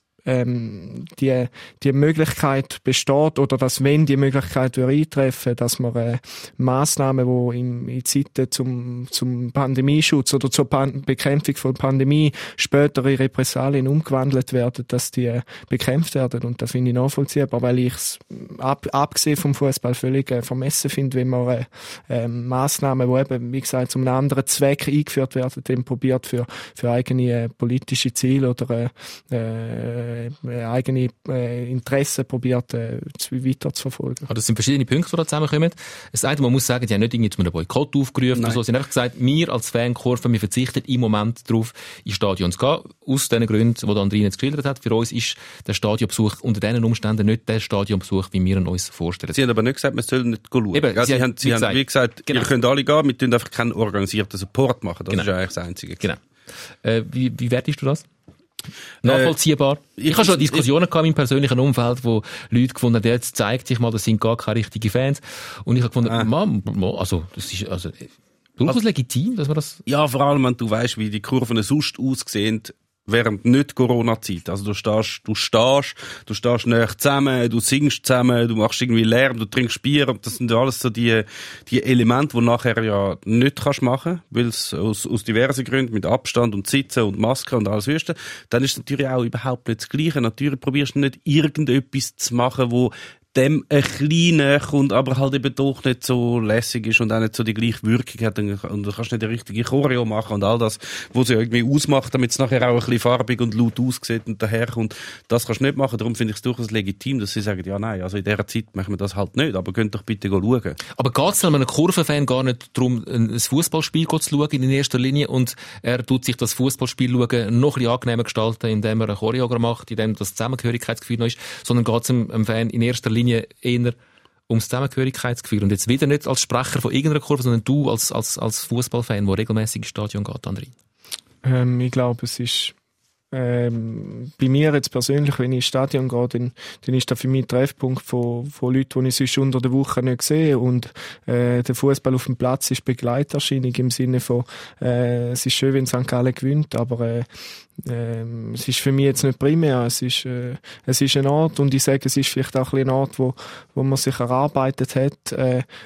die Möglichkeit besteht, oder dass, wenn die Möglichkeit eintreffen, dass man Massnahmen, die in Zeiten zum Pandemieschutz oder zur Bekämpfung von Pandemie spätere Repressalien umgewandelt werden, dass die bekämpft werden. Und das finde ich nachvollziehbar, weil ich es abgesehen vom Fußball völlig vermessen finde, wenn man Massnahmen, die eben, wie gesagt, zum einem anderen Zweck eingeführt werden, dann probiert für eigene politische Ziele oder eigene Interessen probiert weiter zu verfolgen. Das sind verschiedene Punkte, die da zusammenkommen. Das eine, man muss sagen, die haben nicht irgendwie zu einem Boykott aufgerufen oder so. Sie haben einfach gesagt, wir als Fankurve, wir verzichten im Moment darauf, ins Stadion zu gehen. Aus den Gründen, die André jetzt geschildert hat. Für uns ist der Stadionbesuch unter diesen Umständen nicht der Stadionbesuch, wie wir ihn uns vorstellen. Sie haben aber nicht gesagt, wir sollen nicht schauen. Eben, ja, Sie haben wie gesagt, genau. Ihr könnt alle gehen, wir tun einfach keinen organisierten Support machen. Das ist eigentlich das Einzige. Genau. Wie wertest du das? Nachvollziehbar? Ich habe schon Diskussionen gehabt in meinem persönlichen Umfeld, wo Leute gefunden haben, jetzt zeigt sich mal, das sind gar keine richtigen Fans. Und ich habe gefunden, das ist durchaus legitim, dass man das... Ja, vor allem, wenn du weißt, wie die Kurven sonst aussehen, während nicht Corona-Zeit. Also du stehst näher zusammen, du singst zusammen, du machst irgendwie Lärm, du trinkst Bier, und das sind alles so die Elemente, die nachher ja nicht kannst machen, weil es aus diversen Gründen mit Abstand und Sitzen und Maske und alles wüsste. Dann ist es natürlich auch überhaupt nicht das Gleiche. Natürlich probierst du nicht irgendetwas zu machen, wo dem ein bisschen näher kommt, aber halt eben doch nicht so lässig ist und auch nicht so die gleiche Wirkung hat, und du kannst nicht die richtige Choreo machen und all das, was sie irgendwie ausmacht, damit es nachher auch ein bisschen farbig und laut aussieht und daherkommt. Das kannst du nicht machen, darum finde ich es durchaus legitim, dass sie sagen, ja nein, also in dieser Zeit machen wir das halt nicht, aber könnt doch bitte schauen. Aber geht es einem Kurvenfan gar nicht darum, ein Fußballspiel zu schauen in erster Linie, und er tut sich das Fußballspiel schauen noch ein bisschen angenehmer gestalten, indem er ein Choreogramm macht, indem das Zusammengehörigkeitsgefühl noch ist, sondern geht es einem Fan in erster Linie eher ums Zusammengehörigkeitsgefühl. Und jetzt wieder nicht als Sprecher von irgendeiner Kurve, sondern du als Fußballfan, der regelmäßig ins Stadion geht, André. Ich glaube, es ist bei mir jetzt persönlich, wenn ich ins Stadion gehe, dann ist das für mich ein Treffpunkt von Leuten, die ich sonst unter der Woche nicht sehe. Und der Fußball auf dem Platz ist Begleiterscheinung im Sinne von, es ist schön, wenn St. Gallen gewinnt, aber es ist für mich jetzt nicht primär. Es ist ein Ort, und ich sage, es ist vielleicht auch ein Ort, wo man sich erarbeitet hat,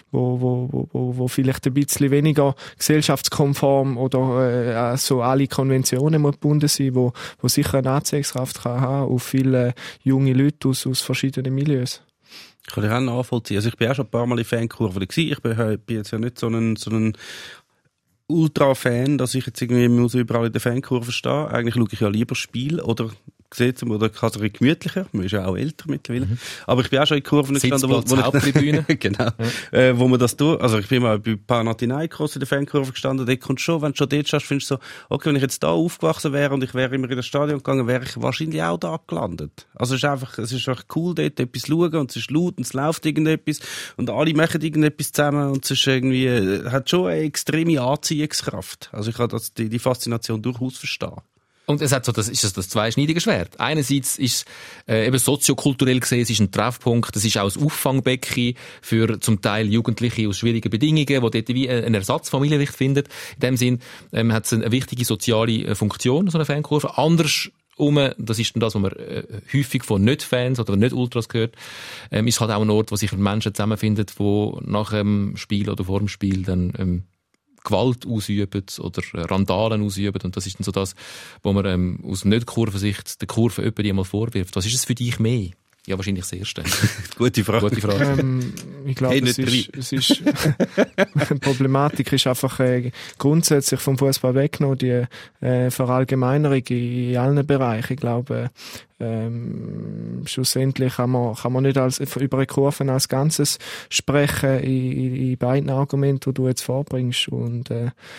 wo vielleicht ein bisschen weniger gesellschaftskonform oder so alle Konventionen gebunden sind, wo sicher eine Anziehungskraft kann haben auf viele junge Leute aus verschiedenen Milieus. Ich kann dich auch nachvollziehen. Also ich bin auch schon ein paar Mal in Fankurven gewesen. Ich bin jetzt ja nicht so ein Ultra-Fan, dass ich jetzt irgendwie muss überall in der Fankurve stehe. Eigentlich schaue ich ja lieber Spiel oder sieht oder kann es gemütlicher. Man ist ja auch älter mittlerweile. Aber ich bin auch schon in Kurven gestanden, wo Haupttribüne. Genau. Wo man das tut. Also ich bin mal bei Panathinaikos in der Fankurve gestanden. Dort kommt schon, wenn du schon dort stehst, findest du so, okay, wenn ich jetzt da aufgewachsen wäre und ich wäre immer in das Stadion gegangen, wäre ich wahrscheinlich auch da gelandet. Also es ist einfach cool, dort etwas zu schauen, und es ist laut und es läuft irgendetwas und alle machen irgendetwas zusammen, und es ist irgendwie, hat schon eine extreme Anziehungskraft. Also ich kann die Faszination durchaus verstehen. Und es hat so, das zweischneidige Schwert. Einerseits ist eben soziokulturell gesehen, es ist ein Treffpunkt, es ist auch ein Auffangbecken für zum Teil Jugendliche aus schwierigen Bedingungen, die dort wie eine Ersatzfamilie finden. In dem Sinn hat es eine wichtige soziale Funktion, so eine Fankurve. Andersrum, das ist dann das, was man häufig von Nicht-Fans oder Nicht-Ultras gehört, ist halt auch ein Ort, wo sich Menschen zusammenfinden, die nach dem Spiel oder vor dem Spiel dann Gewalt ausüben oder Randalen ausüben. Und das ist dann so das, wo man aus Nicht-Kurvensicht der Kurve jemanden einmal vorwirft. Was ist es für dich mehr? Ja, wahrscheinlich das Erste. Gute Frage. Ich glaube, es ist die Problematik ist einfach grundsätzlich vom Fußball weggenommen, die Verallgemeinerung in allen Bereichen. Ich glaube, schlussendlich kann man nicht über eine Kurve als Ganzes sprechen in beiden Argumenten, die du jetzt vorbringst. Und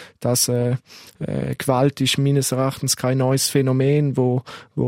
Gewalt ist meines Erachtens kein neues Phänomen, wo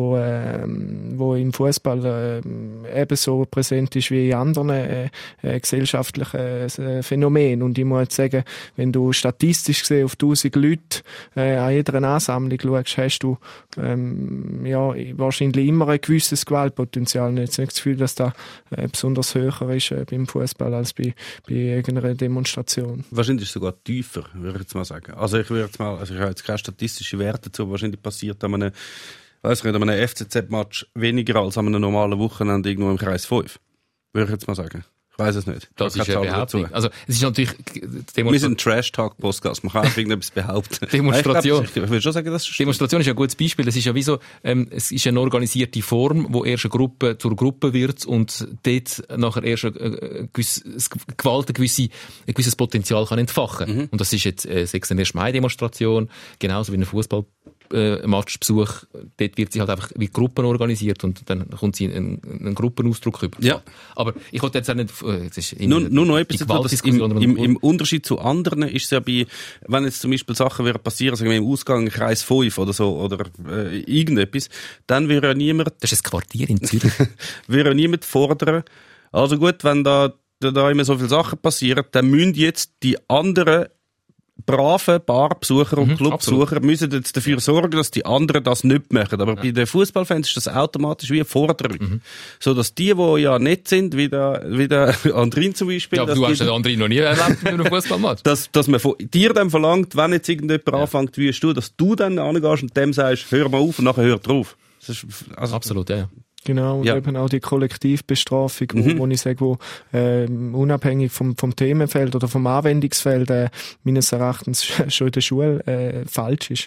im Fußball ebenso präsent ist wie in anderen gesellschaftlichen Phänomenen. Und ich muss jetzt sagen, wenn du statistisch gesehen auf 1000 Leute an jeder Ansammlung schaust, hast du wahrscheinlich immer ein gewisses Gewaltpotenzial. Ich habe jetzt nicht das Gefühl, dass das besonders höher ist beim Fußball als bei irgendeiner Demonstration. Wahrscheinlich sogar tiefer, würde ich jetzt mal sagen. Also ich habe jetzt keine statistischen Werte dazu, wahrscheinlich passiert an einem FCZ-Match weniger als an einem normalen Wochenende irgendwo im Kreis 5. Würde ich jetzt mal sagen. Ich weiss es nicht. Das ist eine Behauptung. Also, es ist natürlich, wir sind ein Trash-Talk-Podcast. Man kann einfach irgendetwas behaupten. Demonstration. Ich würde schon sagen, das ist Demonstration ist ein gutes Beispiel. Es ist ja wie so, es ist eine organisierte Form, wo erst eine Gruppe zur Gruppe wird und dort nachher erst Gewalt ein gewisses Potenzial kann entfachen. Und das ist jetzt, 6. Mai-Demonstration, genauso wie eine Matchbesuch, dort wird sie halt einfach wie Gruppen organisiert und dann kommt sie einen Gruppenausdruck über. Ja. Aber ich wollte jetzt auch nicht, jetzt ist nur noch etwas dazu, dass Gewaltdiskussion im Unterschied zu anderen ist es ja bei, wenn jetzt zum Beispiel Sachen würden passieren, sagen wir im Ausgang Kreis 5 oder so, oder irgendetwas, dann würde ja niemand... Das ist ein Quartier in Zürich. würde ja niemand fordern, also gut, wenn da immer so viele Sachen passieren, dann müssen jetzt die anderen brave Barbesucher und Clubbesucher müssen jetzt dafür sorgen, dass die anderen das nicht machen. Aber bei den Fußballfans ist das automatisch wie eine Forderung. So dass die ja nett sind, wie der Andrin zum Beispiel. Ja, aber du hast den Andrin noch nie erlebt mit einem Fußballmatch. Dass man von dir dann verlangt, wenn jetzt irgendjemand anfängt, wie du, dass du dann angehst und dem sagst, hör mal auf und nachher hör drauf. Das ist, also, absolut, ja. Genau, und eben auch die Kollektivbestrafung, wo ich sage, wo unabhängig vom Themenfeld oder vom Anwendungsfeld meines Erachtens schon in der Schule falsch ist.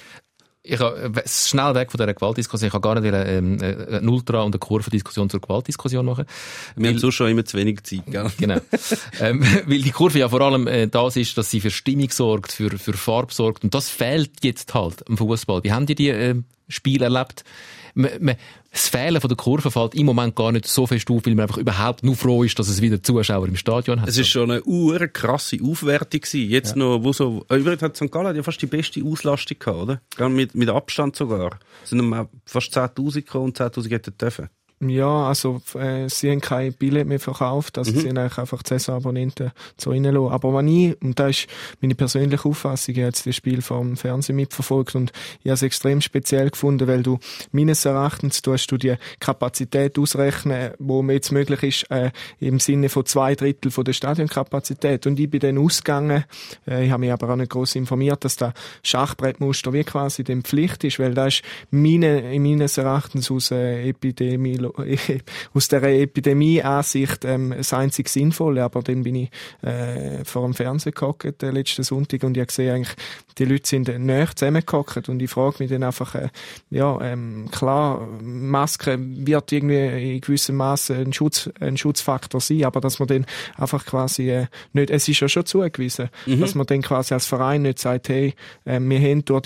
Ich habe schnell weg von dieser Gewaltdiskussion. Ich habe gar nicht eine Ultra- und eine Kurvendiskussion zur Gewaltdiskussion machen. Wir haben so schon immer zu wenig Zeit, gell? Genau. Weil die Kurve ja vor allem das ist, dass sie für Stimmung sorgt, für Farbe sorgt. Und das fehlt jetzt halt am Fußball. Wie haben die Spiele erlebt? Das Fehlen von der Kurve fällt im Moment gar nicht so fest auf, weil man einfach überhaupt nur froh ist, dass es wieder Zuschauer im Stadion hat. Es ist schon eine krasse Aufwertung gewesen. Jetzt noch, wo so, übrigens hat St. Gallen ja fast die beste Auslastung gehabt, oder? Mit Abstand sogar. Es sind fast 10.000 gekommen und 10.000 hätten dürfen. Ja, also sie haben kein Billett mehr verkauft, also sie haben eigentlich einfach die Saisonabonnenten so reinlassen. Aber wenn ich, und das ist meine persönliche Auffassung, ich habe jetzt das Spiel vom Fernsehen mitverfolgt und ich habe es extrem speziell gefunden, weil du meines Erachtens tust du die Kapazität ausrechnen, wo mir jetzt möglich ist, im Sinne von 2/3 von der Stadionkapazität. Und ich bin dann ausgegangen, ich habe mich aber auch nicht gross informiert, dass das Schachbrettmuster wie quasi dem Pflicht ist, weil das ist meines Erachtens aus aus der Epidemie-Ansicht das einzig Sinnvolle, aber dann bin ich vor dem Fernseher gehockt letzten Sonntag und ich habe gesehen, eigentlich, die Leute sind näher zusammengehockt und ich frage mich dann einfach, klar, Maske wird irgendwie in gewissem Maße ein Schutzfaktor sein, aber dass man dann einfach quasi nicht, es ist ja schon zugewiesen, dass man dann quasi als Verein nicht sagt, hey, wir haben durch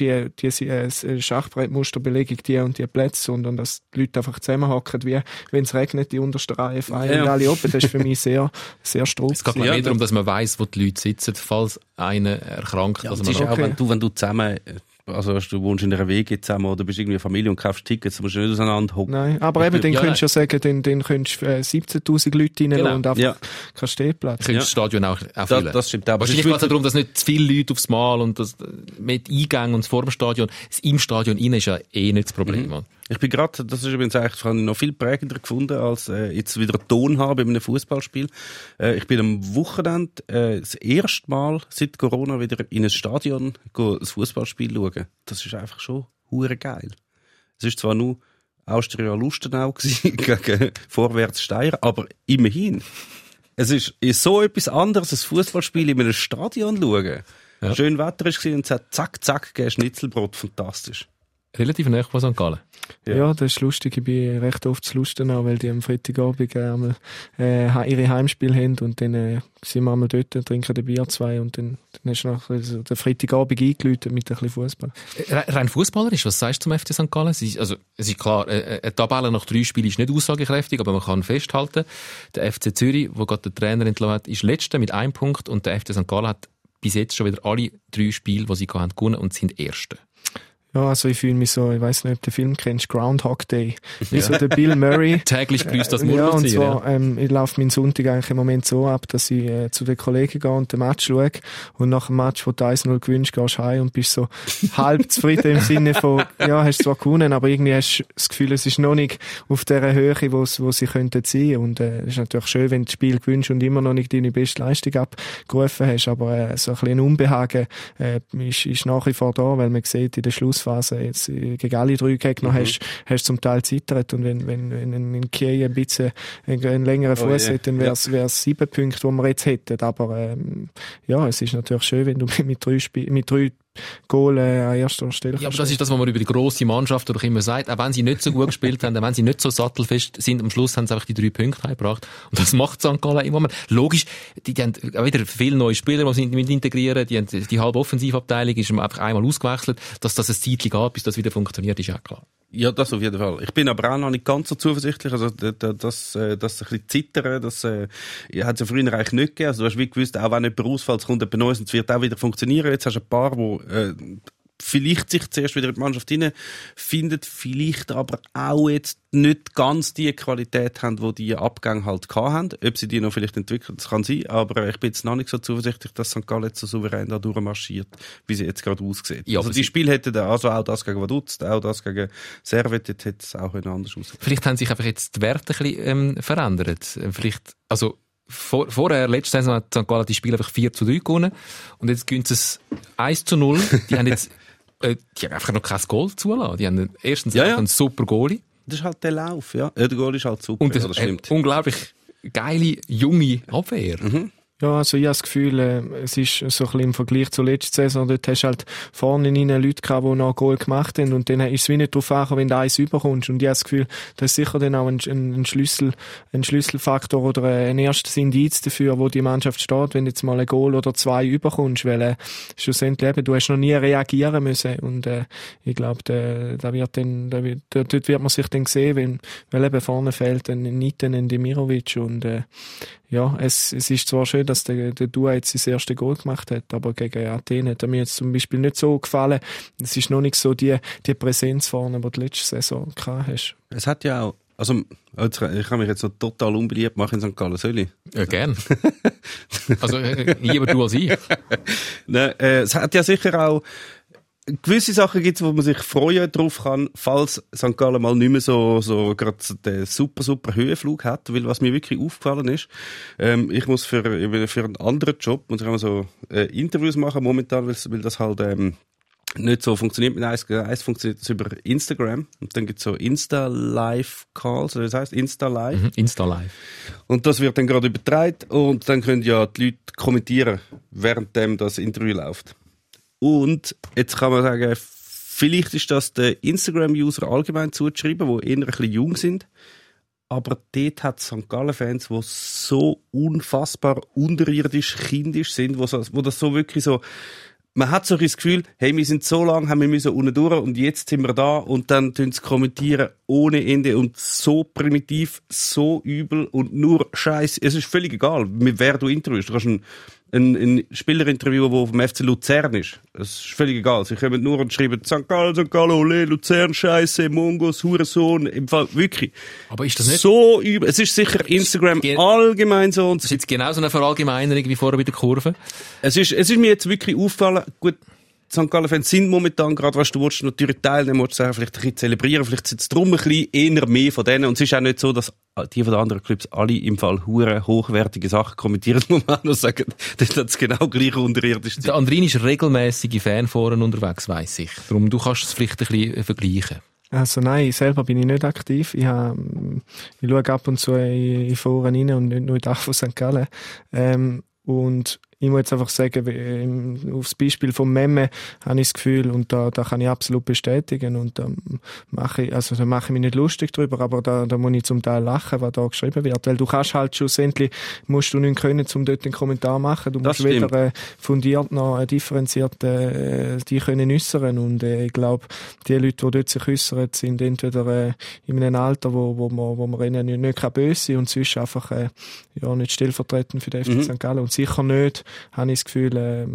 die Schachbrettmusterbelegung die und die Plätze, sondern dass die Leute einfach zusammenhocken, wie wenn es regnet, die unterste Reihe feiern und alle oben. Das ist für mich sehr, sehr strupp. Es geht mehr darum, dass man weiss, wo die Leute sitzen, falls einer erkrankt. Ja, also das ist auch, wenn du zusammen, also du wohnst in einer WG zusammen oder bist irgendwie eine Familie und kaufst Tickets, musst du nicht auseinander hocken. Nein, aber eben, dann könntest du ja sagen, dann könntest du 17.000 Leute reinlassen und einfach keinen Stehplatz. Du das Stadion auch füllen. Das stimmt auch. Wahrscheinlich geht es darum, dass nicht zu viele Leute aufs Mal und das mit Eingang und vor dem Stadion, das im Stadion rein ist ja nicht das Problem. Ich bin gerade, das ist übrigens eigentlich noch viel prägender gefunden, als jetzt wieder einen Ton haben in einem Fußballspiel. Ich bin am Wochenende das erste Mal seit Corona wieder in ein Stadion ein Fußballspiel schauen. Das ist einfach schon hure geil. Es ist zwar nur Austria Lustenau gegen Vorwärts Steyr, aber immerhin. Es ist so etwas anderes, ein Fußballspiel in einem Stadion schauen. Ja. Schön Wetter war und es hat zack gegeben, Schnitzelbrot, fantastisch. Relativ nahe von St. Gallen. Ja, das ist lustig. Ich bin recht oft zu Lustenau, weil die am Freitagabend einmal ihre Heimspiele haben und dann sind wir einmal dort, trinken ein Bier 2 und dann hast du noch den Freitagabend eingeläutet mit ein bisschen Fußball. Rein fußballerisch, was sagst du zum FC St. Gallen? Es ist klar, eine Tabelle nach 3 Spielen ist nicht aussagekräftig, aber man kann festhalten, der FC Zürich, wo gerade der Trainer entlassen hat, ist Letzter mit 1 Punkt und der FC St. Gallen hat bis jetzt schon wieder alle 3 Spiele, die sie hatten, gewonnen und sind Erste. Ja, also ich fühle mich so, ich weiss nicht, ob du den Film kennst, Groundhog Day. Wie so der Bill Murray. Täglich grüßt das Murmeltier. Ja, und zwar, ich laufe meinen Sonntag eigentlich im Moment so ab, dass ich zu den Kollegen gehe und den Match schaue und nach dem Match, wo du 1-0 gewinnst, gehst du heim und bist so halb zufrieden im Sinne von, ja, hast zwar gewonnen, aber irgendwie hast du das Gefühl, es ist noch nicht auf der Höhe, wo sie könnten sein. Und es ist natürlich schön, wenn du das Spiel gewinnst und immer noch nicht deine beste Leistung abgerufen hast, aber so ein bisschen Unbehagen ist nach wie vor da, weil man sieht, in der Schlussphase jetzt gegen alle 3 Gegner hast du zum Teil zittert und wenn ein Kiel ein bisschen einen längeren Fuß hätte, dann wäre es 7 Punkte, die wir jetzt hätten. Aber ja, es ist natürlich schön, wenn du mit 3 Goal an erster Stelle. Ja, aber das ist das, was man über die grosse Mannschaft doch immer sagt. Auch wenn sie nicht so gut gespielt haben, auch wenn sie nicht so sattelfest sind, am Schluss haben sie einfach die 3 Punkte heimgebracht. Und das macht St. Gallen im Moment. Logisch, die haben auch wieder viele neue Spieler, die sie mit integrieren. Die halbe Offensivabteilung ist einfach einmal ausgewechselt. Dass das ein Zeitchen geht, bis das wieder funktioniert, ist auch klar. Ja, das auf jeden Fall. Ich bin aber auch noch nicht ganz so zuversichtlich. Also, das ein bisschen zittern, hat es ja früher eigentlich nicht gegeben. Also, du hast wie gewusst, auch wenn jemand ausfällt, es kommt jemand Neues und es wird auch wieder funktionieren. Jetzt hast du ein paar, die vielleicht sich zuerst wieder in die Mannschaft hineinfindet, vielleicht aber auch jetzt nicht ganz die Qualität haben, die die Abgänge halt hatten. Ob sie die noch vielleicht entwickeln, das kann sein, aber ich bin jetzt noch nicht so zuversichtlich, dass St. Gallen jetzt so souverän da durchmarschiert, wie sie jetzt gerade aussieht. Ja, also die Spiele hätten also auch das gegen Vaduz, auch das gegen Servet, hätte es auch anders aussehen. Vielleicht haben sich einfach jetzt die Werte ein bisschen verändert. Vielleicht, also vorher, letzte Saison, hat St. Gallen die Spiele einfach 4-3 gewonnen und jetzt gewinnen sie es 1-0. Die haben jetzt die haben einfach noch kein Goal zulassen. Die haben erstens einen super Goalie. Das ist halt der Lauf, ja. Der Goalie ist halt super, und das stimmt. Unglaublich geile, junge Abwehr. Mhm. Ja, also ich habe das Gefühl, es ist so ein bisschen im Vergleich zur letzten Saison, dort hast du halt vorne rein Leute gehabt, die noch ein Goal gemacht haben und dann ist es wie nicht darauf angekommen, wenn du eins überkommst. Und ich habe das Gefühl, das ist sicher dann auch ein Schlüsselfaktor oder ein erstes Indiz dafür, wo die Mannschaft steht, wenn du jetzt mal ein Goal oder 2 überkommst, weil schlussendlich eben, du hast noch nie reagieren müssen und ich glaube, dort wird man sich dann sehen, weil eben vorne fehlt ein Niten, ein Demirovic und ja, es ist zwar schön, dass der Dua jetzt sein erstes Goal gemacht hat, aber gegen Athen hat er mir jetzt zum Beispiel nicht so gefallen. Es ist noch nicht so die Präsenz vorne, die du letzte Saison gehabt hast. Es hat ja auch, also ich kann mich jetzt noch total unbeliebt machen in St. Gallen, soll ich? Ja, gern. Also lieber du als ich. Nein, es hat ja sicher auch gewisse Sachen gibt's, wo man sich freuen drauf kann, falls St. Gallen mal nicht mehr so gerade den super Höhenflug hat, weil was mir wirklich aufgefallen ist, ich muss für einen anderen Job, muss ich immer so Interviews machen momentan, weil das halt nicht so funktioniert mit 1 funktioniert das über Instagram und dann gibt's so Insta-Live-Calls, oder das heisst Insta-Live. Mhm, Insta-Live. Und das wird dann gerade übertragen und dann können ja die Leute kommentieren, währenddem das Interview läuft. Und jetzt kann man sagen, vielleicht ist das den Instagram-User allgemein zuzuschreiben, die eher ein bisschen jung sind. Aber dort hat es St. Gallen-Fans, die so unfassbar unterirdisch kindisch sind, wo das so wirklich so, man hat so das Gefühl, hey, wir sind so lange, haben wir müssen unten durch und jetzt sind wir da und dann tun sie kommentieren ohne Ende und so primitiv, so übel und nur Scheiß. Es ist völlig egal, mit wer du interviewst. Du kannst ein Spielerinterview, der vom FC Luzern ist. Es ist völlig egal. Sie kommen nur und schreiben St. Gallen, ole, Luzern, Scheiße, Mongos, Hurensohn. Im Fall wirklich. Aber ist das nicht so übel? Es ist sicher Instagram allgemein so. Und das ist jetzt genau so eine Verallgemeinerung wie vorher bei der Kurve. Es ist mir jetzt wirklich aufgefallen, gut, St. Gallen-Fans sind momentan gerade, du willst natürlich teilnehmen, willst sagen, vielleicht ein bisschen zelebrieren, vielleicht sind es drum ein bisschen eher mehr von denen. Und es ist auch nicht so, dass die von den anderen Clubs alle im Fall hure hochwertige Sachen kommentieren, muss man auch noch sagen, dass das genau gleich unterirdisch ist. Der Andrin ist regelmässig in Fanforen unterwegs, weiss ich. Darum, du kannst es vielleicht ein bisschen vergleichen. Also nein, selber bin ich nicht aktiv. Ich schaue ab und zu in Foren rein und nicht nur in die von St. Gallen. Und ich muss jetzt einfach sagen, aufs Beispiel vom Memme habe ich das Gefühl, und da kann ich absolut bestätigen, und da mache ich mich nicht lustig drüber, aber da muss ich zum Teil lachen, was da geschrieben wird, weil du kannst halt schlussendlich, musst du nicht können, um dort einen Kommentar machen, du musst weder fundiert noch differenziert die können äußern, und ich glaube, die Leute, die dort sich äußern, sind entweder in einem Alter, wo man ihnen nicht böse sein kann, und sonst einfach nicht stellvertretend für den FC St. Gallen, und sicher nicht, habe ich das Gefühl,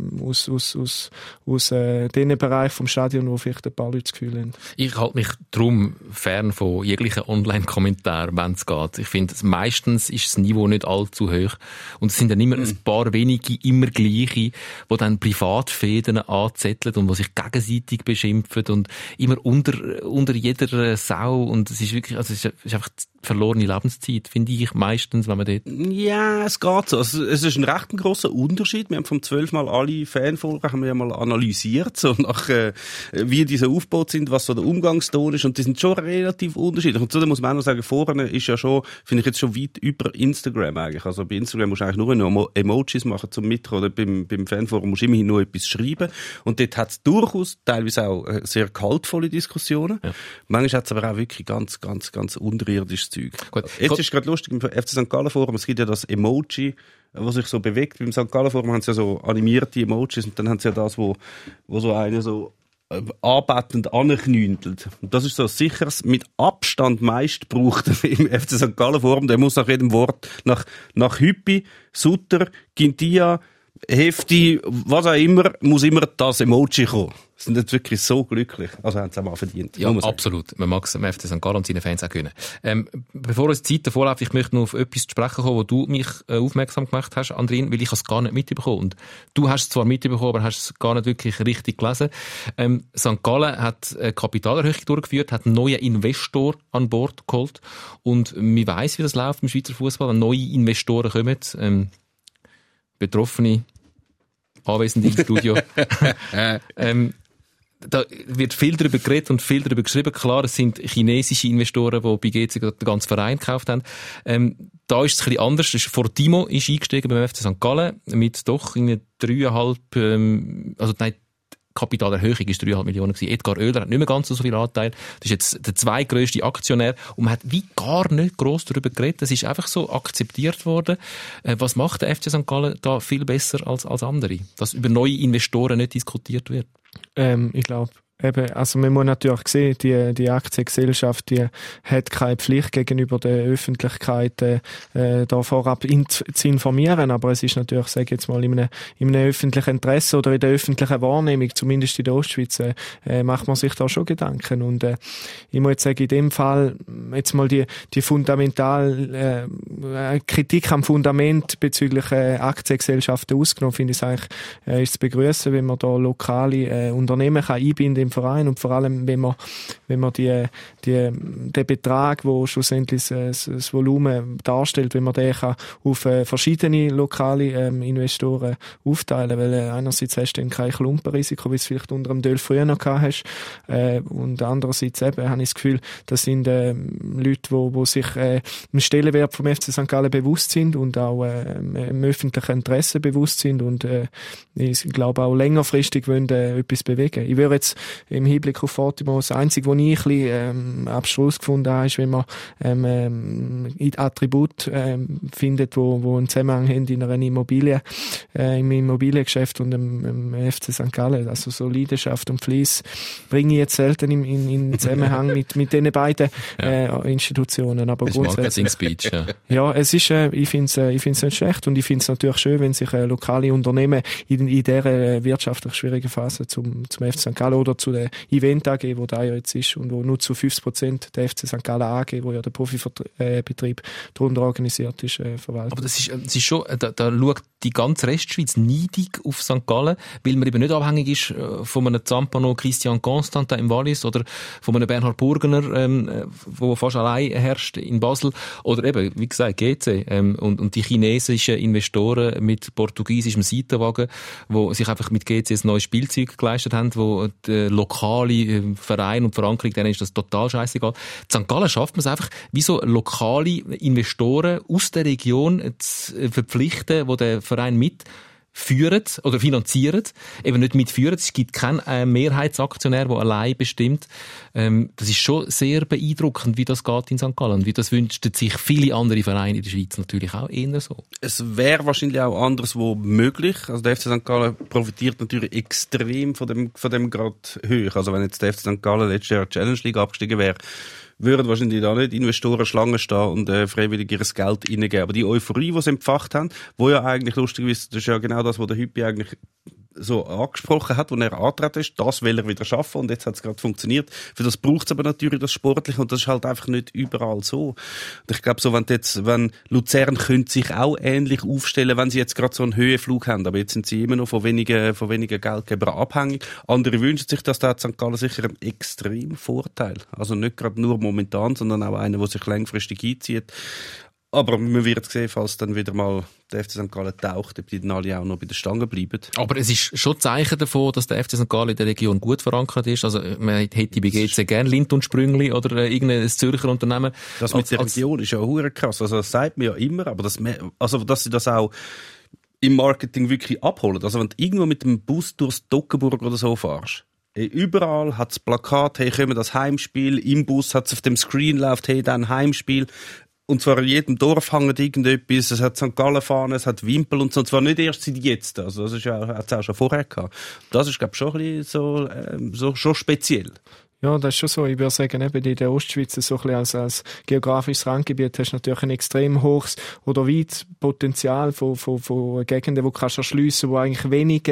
aus dem Bereich vom Stadion, wo vielleicht ein paar Leute das Gefühl haben. Ich halte mich darum fern von jeglichen Online-Kommentaren, wenn es geht. Ich finde, meistens ist das Niveau nicht allzu hoch. Und es sind dann immer ein paar wenige, immer gleiche, die dann Privatfäden anzetteln und die sich gegenseitig beschimpfen und immer unter jeder Sau. Und es ist wirklich, also es ist einfach verlorene Lebenszeit, finde ich meistens, wenn man dort... Ja, es geht so. Also, es ist ein recht grosser Unterschied. Wir haben vom 12 Mal alle Fanfolgen haben wir ja mal analysiert, so nach, wie diese aufgebaut sind, was so der Umgangston ist, und die sind schon relativ unterschiedlich. Und zudem muss man auch noch sagen, vorne ist ja schon, finde ich jetzt schon weit über Instagram eigentlich. Also bei Instagram musst du eigentlich nur noch Emojis machen zum Mitkommen, oder beim Fanforum musst du immerhin nur etwas schreiben. Und dort hat es durchaus teilweise auch sehr kaltvolle Diskussionen. Ja. Manchmal hat es aber auch wirklich ganz, ganz, ganz unterirdisches Zeug. Gut. Jetzt ist gerade lustig, im FC St. Gallen Forum, es gibt ja das Emoji, was sich so bewegt. Beim St. Gallen Forum haben sie ja so animierte Emojis, und dann haben sie ja das, wo so einer so anbetend anknüntelt. Und das ist so sicher das mit Abstand meist gebraucht im FC St. Gallen Forum. Der muss nach jedem Wort, nach Hüppi, Sutter, Gintia, Hefti, was auch immer, muss immer das Emoji kommen. Sind jetzt wirklich so glücklich. Also haben sie auch mal verdient. Ja, absolut. Man mag es im FC St. Gallen und seine Fans auch gönnen. Bevor uns die Zeit davor läuft, ich möchte noch auf etwas zu sprechen kommen, wo du mich aufmerksam gemacht hast, Andrin, weil ich es gar nicht mitbekommen. Und du hast es zwar mitbekommen, aber hast es gar nicht wirklich richtig gelesen. St. Gallen hat eine Kapitalerhöhung durchgeführt, hat einen neuen Investor an Bord geholt. Und man weiss, wie das läuft im Schweizer Fußball. Wenn neue Investoren kommen, Betroffene, Anwesende im Studio. Da wird viel darüber geredet und viel darüber geschrieben. Klar, es sind chinesische Investoren, die bei GC den ganzen Verein gekauft haben. Da ist es ein bisschen anders. Fortimo ist eingestiegen beim FC St. Gallen mit doch 3,5, Kapitalerhöhung ist 3,5 Millionen gewesen. Edgar Oehler hat nicht mehr ganz so viel Anteil. Das ist jetzt der zweitgrösste Aktionär. Und man hat wie gar nicht gross darüber geredet. Das ist einfach so akzeptiert worden. Was macht der FC St. Gallen da viel besser als andere? Dass über neue Investoren nicht diskutiert wird? Ich glaube, also man muss natürlich sehen, die Aktiengesellschaft, die hat keine Pflicht gegenüber der Öffentlichkeit, da vorab zu informieren, aber es ist natürlich, sage ich jetzt mal, in einem öffentlichen Interesse oder in der öffentlichen Wahrnehmung, zumindest in der Ostschweiz, macht man sich da schon Gedanken. Und ich muss jetzt sagen, in dem Fall jetzt mal die fundamental Kritik am Fundament bezüglich Aktiengesellschaften ausgenommen, finde ich es eigentlich ist zu begrüßen, wenn man da lokale Unternehmen kann einbinden im Verein, und vor allem, wenn man den Betrag, wo schlussendlich das Volumen darstellt, wenn man den kann auf verschiedene lokale Investoren aufteilen, weil einerseits hast du dann kein Klumpenrisiko, wie es vielleicht unter dem Döll früher noch gehabt hast, und andererseits eben habe ich das Gefühl, das sind Leute, wo sich dem Stellenwert vom FC St. Gallen bewusst sind und auch im öffentlichen Interesse bewusst sind, und ich glaube auch längerfristig wollen etwas bewegen. Ich würde jetzt im Hinblick auf Fortimo, das Einzige, wo ich ein bisschen Abschluss gefunden habe, ist, wenn man Attribute findet, wo einen Zusammenhang haben in einer Immobilie, im Immobiliengeschäft und im FC St. Gallen. Also so Leidenschaft und Fleiss bringe ich jetzt selten in Zusammenhang mit diesen beiden Institutionen. Aber Marketing-Speech, ja. Ja, es ist, ich finde es nicht schlecht, und ich finde es natürlich schön, wenn sich lokale Unternehmen in dieser wirtschaftlich schwierigen Phase zum FC St. Gallen oder zu der Event AG, wo da ja jetzt ist und wo nur zu 50% der FC St. Gallen AG, wo ja der Profibetrieb darunter organisiert ist, verwaltet. Aber das ist schon, da schaut die ganze Restschweiz neidig auf St. Gallen, weil man eben nicht abhängig ist von einem Zampano Christian Constantin im Wallis oder von einem Bernhard Burgener, wo fast allein herrscht in Basel, oder eben, wie gesagt, GC, und die chinesischen Investoren mit portugiesischem Seitenwagen, wo sich einfach mit GC ein neues Spielzeug geleistet haben, wo die lokale Verein und Verankerung, denen ist das total scheissegal. In St. Gallen schafft man es einfach, wie so lokale Investoren aus der Region zu verpflichten, die den Verein mitführen oder finanzieren. Eben nicht mitführen. Es gibt keinen Mehrheitsaktionär, der allein bestimmt. Das ist schon sehr beeindruckend, wie das geht in St. Gallen. Wie das wünschen sich viele andere Vereine in der Schweiz natürlich auch eher so. Es wäre wahrscheinlich auch anderswo möglich. Also der FC St. Gallen profitiert natürlich extrem von dem Grad hoch. Also wenn jetzt der FC St. Gallen letztes Jahr Challenge League abgestiegen wäre, würden wahrscheinlich da nicht Investoren Schlangen stehen und freiwillig ihr Geld reingeben. Aber die Euphorie, die sie empfacht haben, wo ja eigentlich lustigerweise, das ist ja genau das, was der Hüppi eigentlich so angesprochen hat, als er angetreten ist, das will er wieder schaffen und jetzt hat es gerade funktioniert. Für das braucht es aber natürlich das Sportliche und das ist halt einfach nicht überall so. Und ich glaube so, wenn Luzern könnte sich auch ähnlich aufstellen, wenn sie jetzt gerade so einen Höhenflug haben, aber jetzt sind sie immer noch von wenigen Geldgebern abhängig. Andere wünschen sich, dass da St. Gallen sicher einen extremen Vorteil. Also nicht gerade nur momentan, sondern auch einer, der sich langfristig einzieht. Aber man wird sehen, falls dann wieder mal der FC St. Gallen taucht, ob die dann alle auch noch bei der Stange bleiben. Aber es ist schon Zeichen davon, dass der FC St. Gallen in der Region gut verankert ist. Also man hätte bei GC gerne Lindt und Sprüngli oder irgendein Zürcher Unternehmen. Das mit der Region ist ja auch krass. Also das sagt man ja immer, aber dass sie das auch im Marketing wirklich abholen. Also wenn du irgendwo mit dem Bus durchs Toggenburg oder so fährst, überall hat es Plakat, hey, kommen das Heimspiel, im Bus hat es auf dem Screen läuft, hey, dann Heimspiel. Und zwar in jedem Dorf hängt irgendetwas, es hat St. Gallen-Fahnen, es hat Wimpel und so, und zwar nicht erst seit jetzt, also das ist ja, hat es auch schon vorher gehabt. Das ist, glaube ich, schon ein bisschen so schon speziell. Ja, das ist schon so. Ich würde sagen, eben in der Ostschweiz so ein bisschen als geografisches Randgebiet hast du natürlich ein extrem hohes oder weites Potenzial von Gegenden, die kannst du erschliessen, die eigentlich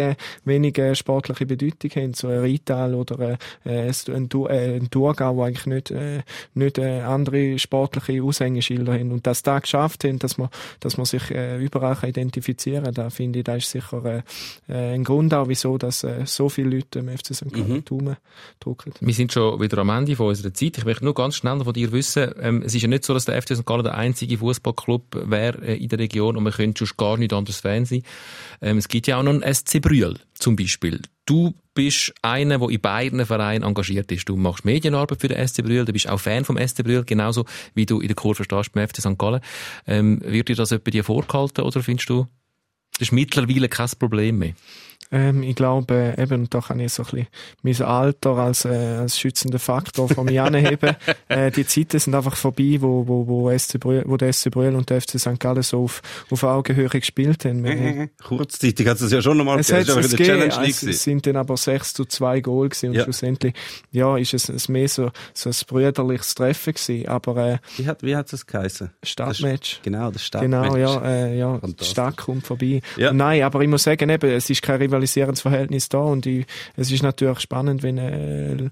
wenige sportliche Bedeutung haben. So ein Rital oder ein Thurgau, wo eigentlich nicht andere sportliche Aushängeschilder haben. Und dass da geschafft haben, dass man sich überall identifizieren kann, da finde ich, das ist sicher ein Grund auch, wieso dass so viele Leute im FC St. Gallen Daumen drücken. Wir sind schon wieder am Ende von unserer Zeit. Ich möchte nur ganz schnell von dir wissen, es ist ja nicht so, dass der FC St. Gallen der einzige Fußballclub wäre in der Region und man könnte schon gar nicht anders Fan sein. Es gibt ja auch noch einen SC Brüel zum Beispiel. Du bist einer, der in beiden Vereinen engagiert ist. Du machst Medienarbeit für den SC Brüel, du bist auch Fan vom SC Brüel, genauso wie du in der Kurve stehst beim FC St. Gallen. Wird dir das bei dir vorgehalten oder findest du, das ist mittlerweile kein Problem mehr? Ich glaube, eben, da kann ich so ein bisschen mein Alter als schützender Faktor von mir anheben. Die Zeiten sind einfach vorbei, wo der SC Brüel und der FC St. Gallen so auf Augenhöhe gespielt haben. Kurzzeitig hat es ja schon nochmal gegeben. Es sind dann aber 6-2 Goal gewesen und schlussendlich, ja, ist es mehr so ein brüderliches Treffen gewesen, aber, wie hat es geheißen? Stadtmatch. Genau, das Stadtmatch. Genau, ja, die Stadt kommt vorbei. Ja. Nein, aber ich muss sagen, eben, es ist kein rivalisierendes Verhältnis da und es ist natürlich spannend, wenn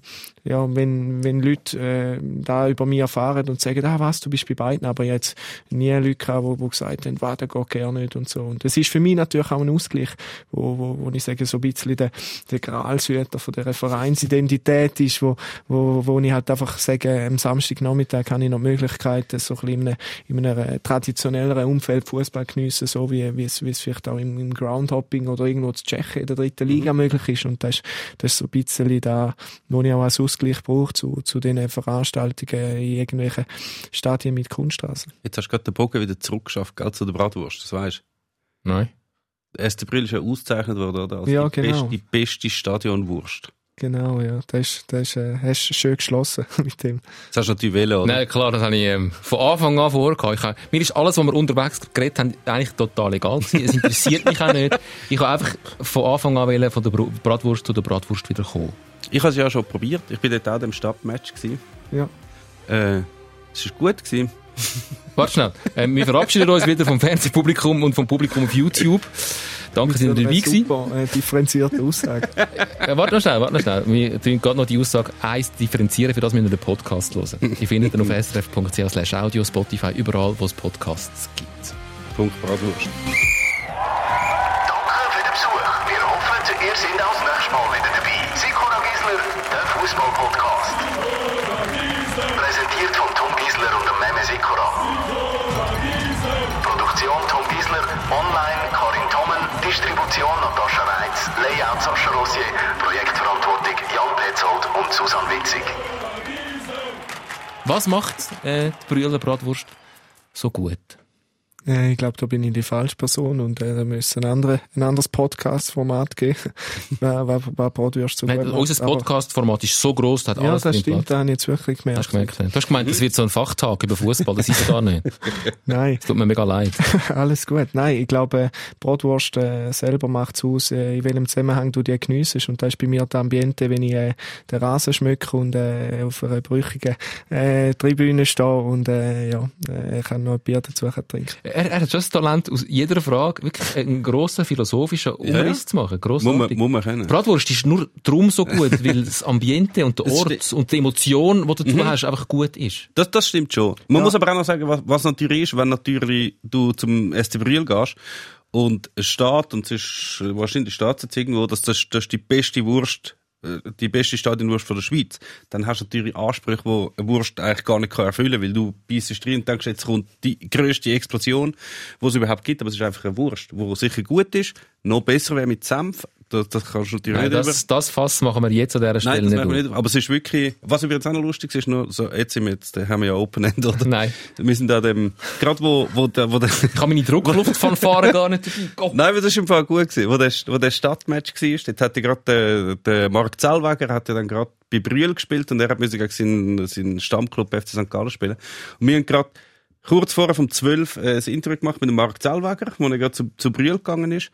Leute da über mich erfahren und sagen, was, du bist bei beiden, aber jetzt nie Leute gehabt, die gesagt haben, das geht gerne nicht und so. Und es ist für mich natürlich auch ein Ausgleich, wo ich sage, so ein bisschen der Gralshüter von der Vereinsidentität ist, wo ich halt einfach sage, am Samstagnachmittag habe ich noch die Möglichkeit, so ein bisschen in einem traditionelleren Umfeld Fußball geniessen, so wie es vielleicht auch im Groundhopping oder irgendwo zu Tschechien in der 3. Liga möglich ist. Und das ist so ein bisschen da, wo ich auch als Ausgleich brauche zu diesen Veranstaltungen in irgendwelchen Stadien mit Kunststraßen. Jetzt hast du gerade den Bogen wieder zurückgeschafft, gell, zu der Bratwurst, das weisst du? Nein. Der SC Brüel ist ja ausgezeichnet worden, oder? Als die beste Stadionwurst. Genau, ja. Das hast du schön geschlossen mit dem. Das hast du natürlich wählen, oder? Nein, klar, das habe ich von Anfang an vorgehabt. Mir ist alles, was wir unterwegs geredet haben, eigentlich total egal gewesen. Es interessiert mich auch nicht. Ich habe einfach von Anfang an wählen, von der Bratwurst zu der Bratwurst wieder kommen. Ich habe es ja schon probiert. Ich war dort auch im Stadtmatch gewesen. Ja. Es war gut gewesen. Warte schnell. Wir verabschieden uns wieder vom Fernsehpublikum und vom Publikum auf YouTube. Danke, sind ihr dabei gewesen. Super, differenzierte Aussage. Warte noch schnell. Wir tun gerade noch die Aussage 1 differenzieren, für das müssen wir den Podcast hören. Die findet ihr auf srf.ch/audio, Spotify, überall, wo es Podcasts gibt. Punkt Bratwurst. Danke für den Besuch. Wir hoffen, ihr seid auch das nächste Mal wieder dabei. Sikora Gisler, der Fußball-Podcast. Präsentiert von Tom Gisler und dem Meme Sikora. Produktion Tom Gisler, online Karin Tommen, Distribution Natascha Reitz, Layout Sascha Rossier, Projektverantwortung Jan Petzold und Susanne Witzig. Was macht die Brüeler Bratwurst so gut? Ich glaube, da bin ich die falsche Person und da müssen ein anderes Podcast-Format geben. was Bratwurst so gut macht. Unser Podcast-Format ist so gross, da hat alles das stimmt, Platz. da habe ich jetzt wirklich gemerkt. Du hast gemeint, das wird so ein Fachtag über Fußball, das ist ja gar nicht. Nein. Es tut mir mega leid. Alles gut. Nein, ich glaube, Bratwurst selber macht es aus, in welchem Zusammenhang du die geniessest. Und das ist bei mir das Ambiente, wenn ich den Rasen schmücke und auf einer brüchigen Tribüne stehe und ich kann noch ein Bier dazu trinken. Er hat schon das Talent, aus jeder Frage wirklich einen grossen philosophischen Umriss zu machen. Grossartig. Muss man können. Bratwurst ist nur darum so gut, weil das Ambiente und der Ort und die Emotion, die du dazu hast, einfach gut ist. Das stimmt schon. Man muss aber auch noch sagen, was natürlich ist, wenn natürlich du zum SC Brühl gehst und es steht, und es ist wahrscheinlich steht es jetzt irgendwo, dass das die beste Wurst, die beste Stadionwurst von der Schweiz, dann hast du natürlich Ansprüche, die eine Wurst eigentlich gar nicht erfüllen kann, weil du beißt drin und denkst, jetzt kommt die grösste Explosion, die es überhaupt gibt, aber es ist einfach eine Wurst, die sicher gut ist, noch besser wäre mit Senf. Das kannst du natürlich nicht das Fass machen wir jetzt an dieser Stelle Nein, das nicht. machen wir nicht. Aber es ist wirklich, was übrigens auch noch lustig ist, nur so, haben wir ja Open End, oder? Nein. Wir sind da dem, gerade wo der Ich kann meine Druckluftfanfare gar nicht dabei. Nein, aber das ist im Fall gut gewesen. Wo der Stadtmatch war, dort hat gerade der Marc Zellweger hat ja dann gerade bei Brühl gespielt und er hat gegen seinen Stammclub FC St. Gallen spielen. Und wir haben gerade kurz vorher vom 12 ein Interview gemacht mit dem Marc Zellweger, wo er gerade zu Brühl gegangen ist.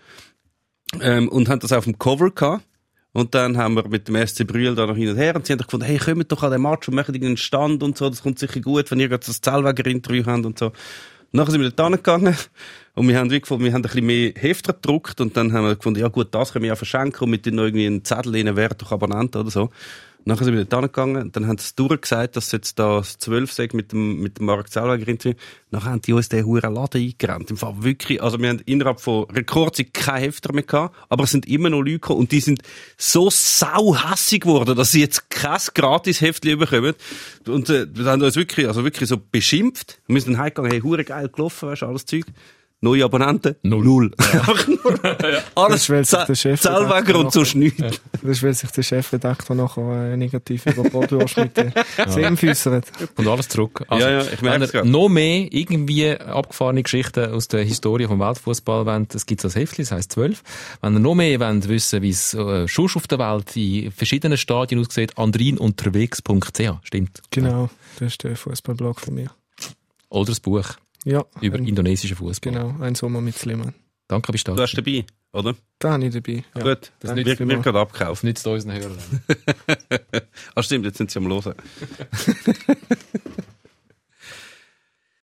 Und haben das auf dem Cover gehabt. Und dann haben wir mit dem SC Brühl da noch hin und her und sie haben gefunden, hey, kommt doch an den Match und machen einen Stand und so, das kommt sicher gut, wenn ihr gerade das Zellweger-Interview habt und so. Und nachher sind wir dort hingegangen und wir haben ein bisschen mehr Hefte gedruckt und dann haben wir gefunden, ja gut, das können wir ja verschenken und mit denen noch irgendwie einen Zettel rein, wer doch Abonnent oder so. Nachher sind wir dort hingegangen und dann haben sie durchgesagt, dass jetzt da das 12 sagt mit dem Marc Zellweger-Interview. Nachher haben die uns den huren Laden eingerannt. Im Fall wirklich, also wir haben innerhalb von Rekordzeit keine Hefter mehr gehabt, aber es sind immer noch Leute gekommen und die sind so sauhässig geworden, dass sie jetzt kein Gratis-Heftchen bekommen. Und wir haben uns wirklich so beschimpft. Wir sind dann heimgegangen, hey, huren geil gelaufen, weißt du, alles Zeug. Neue Abonnenten? Null. Einfach nur alles Zellweger und so nichts. Das ist, weil sich der Chefredakteur nachher negativ über Bratwurst mit den Zähnen füssert. Und alles zurück. Also, ja, ich merke es gerade. Noch mehr irgendwie abgefahrene Geschichten aus der Historie vom Weltfußball wollt, das gibt's als Heftchen, das heisst 12. Wenn ihr noch mehr wollt wissen, wie es sonst auf der Welt in verschiedenen Stadien aussieht, andrinunterwegs.ch. Stimmt. Genau, das ist der Fußballblog von mir. Oder das Buch. Ja. Über indonesischen Fußball. Genau, ein Sommer mit Sliman. Danke, bist du da. Du hast dabei, oder? Da habe ich dabei. Ja. Gut, das wird gerade abgekauft. Nützt unseren Hörern. Stimmt, jetzt sind sie am Hören.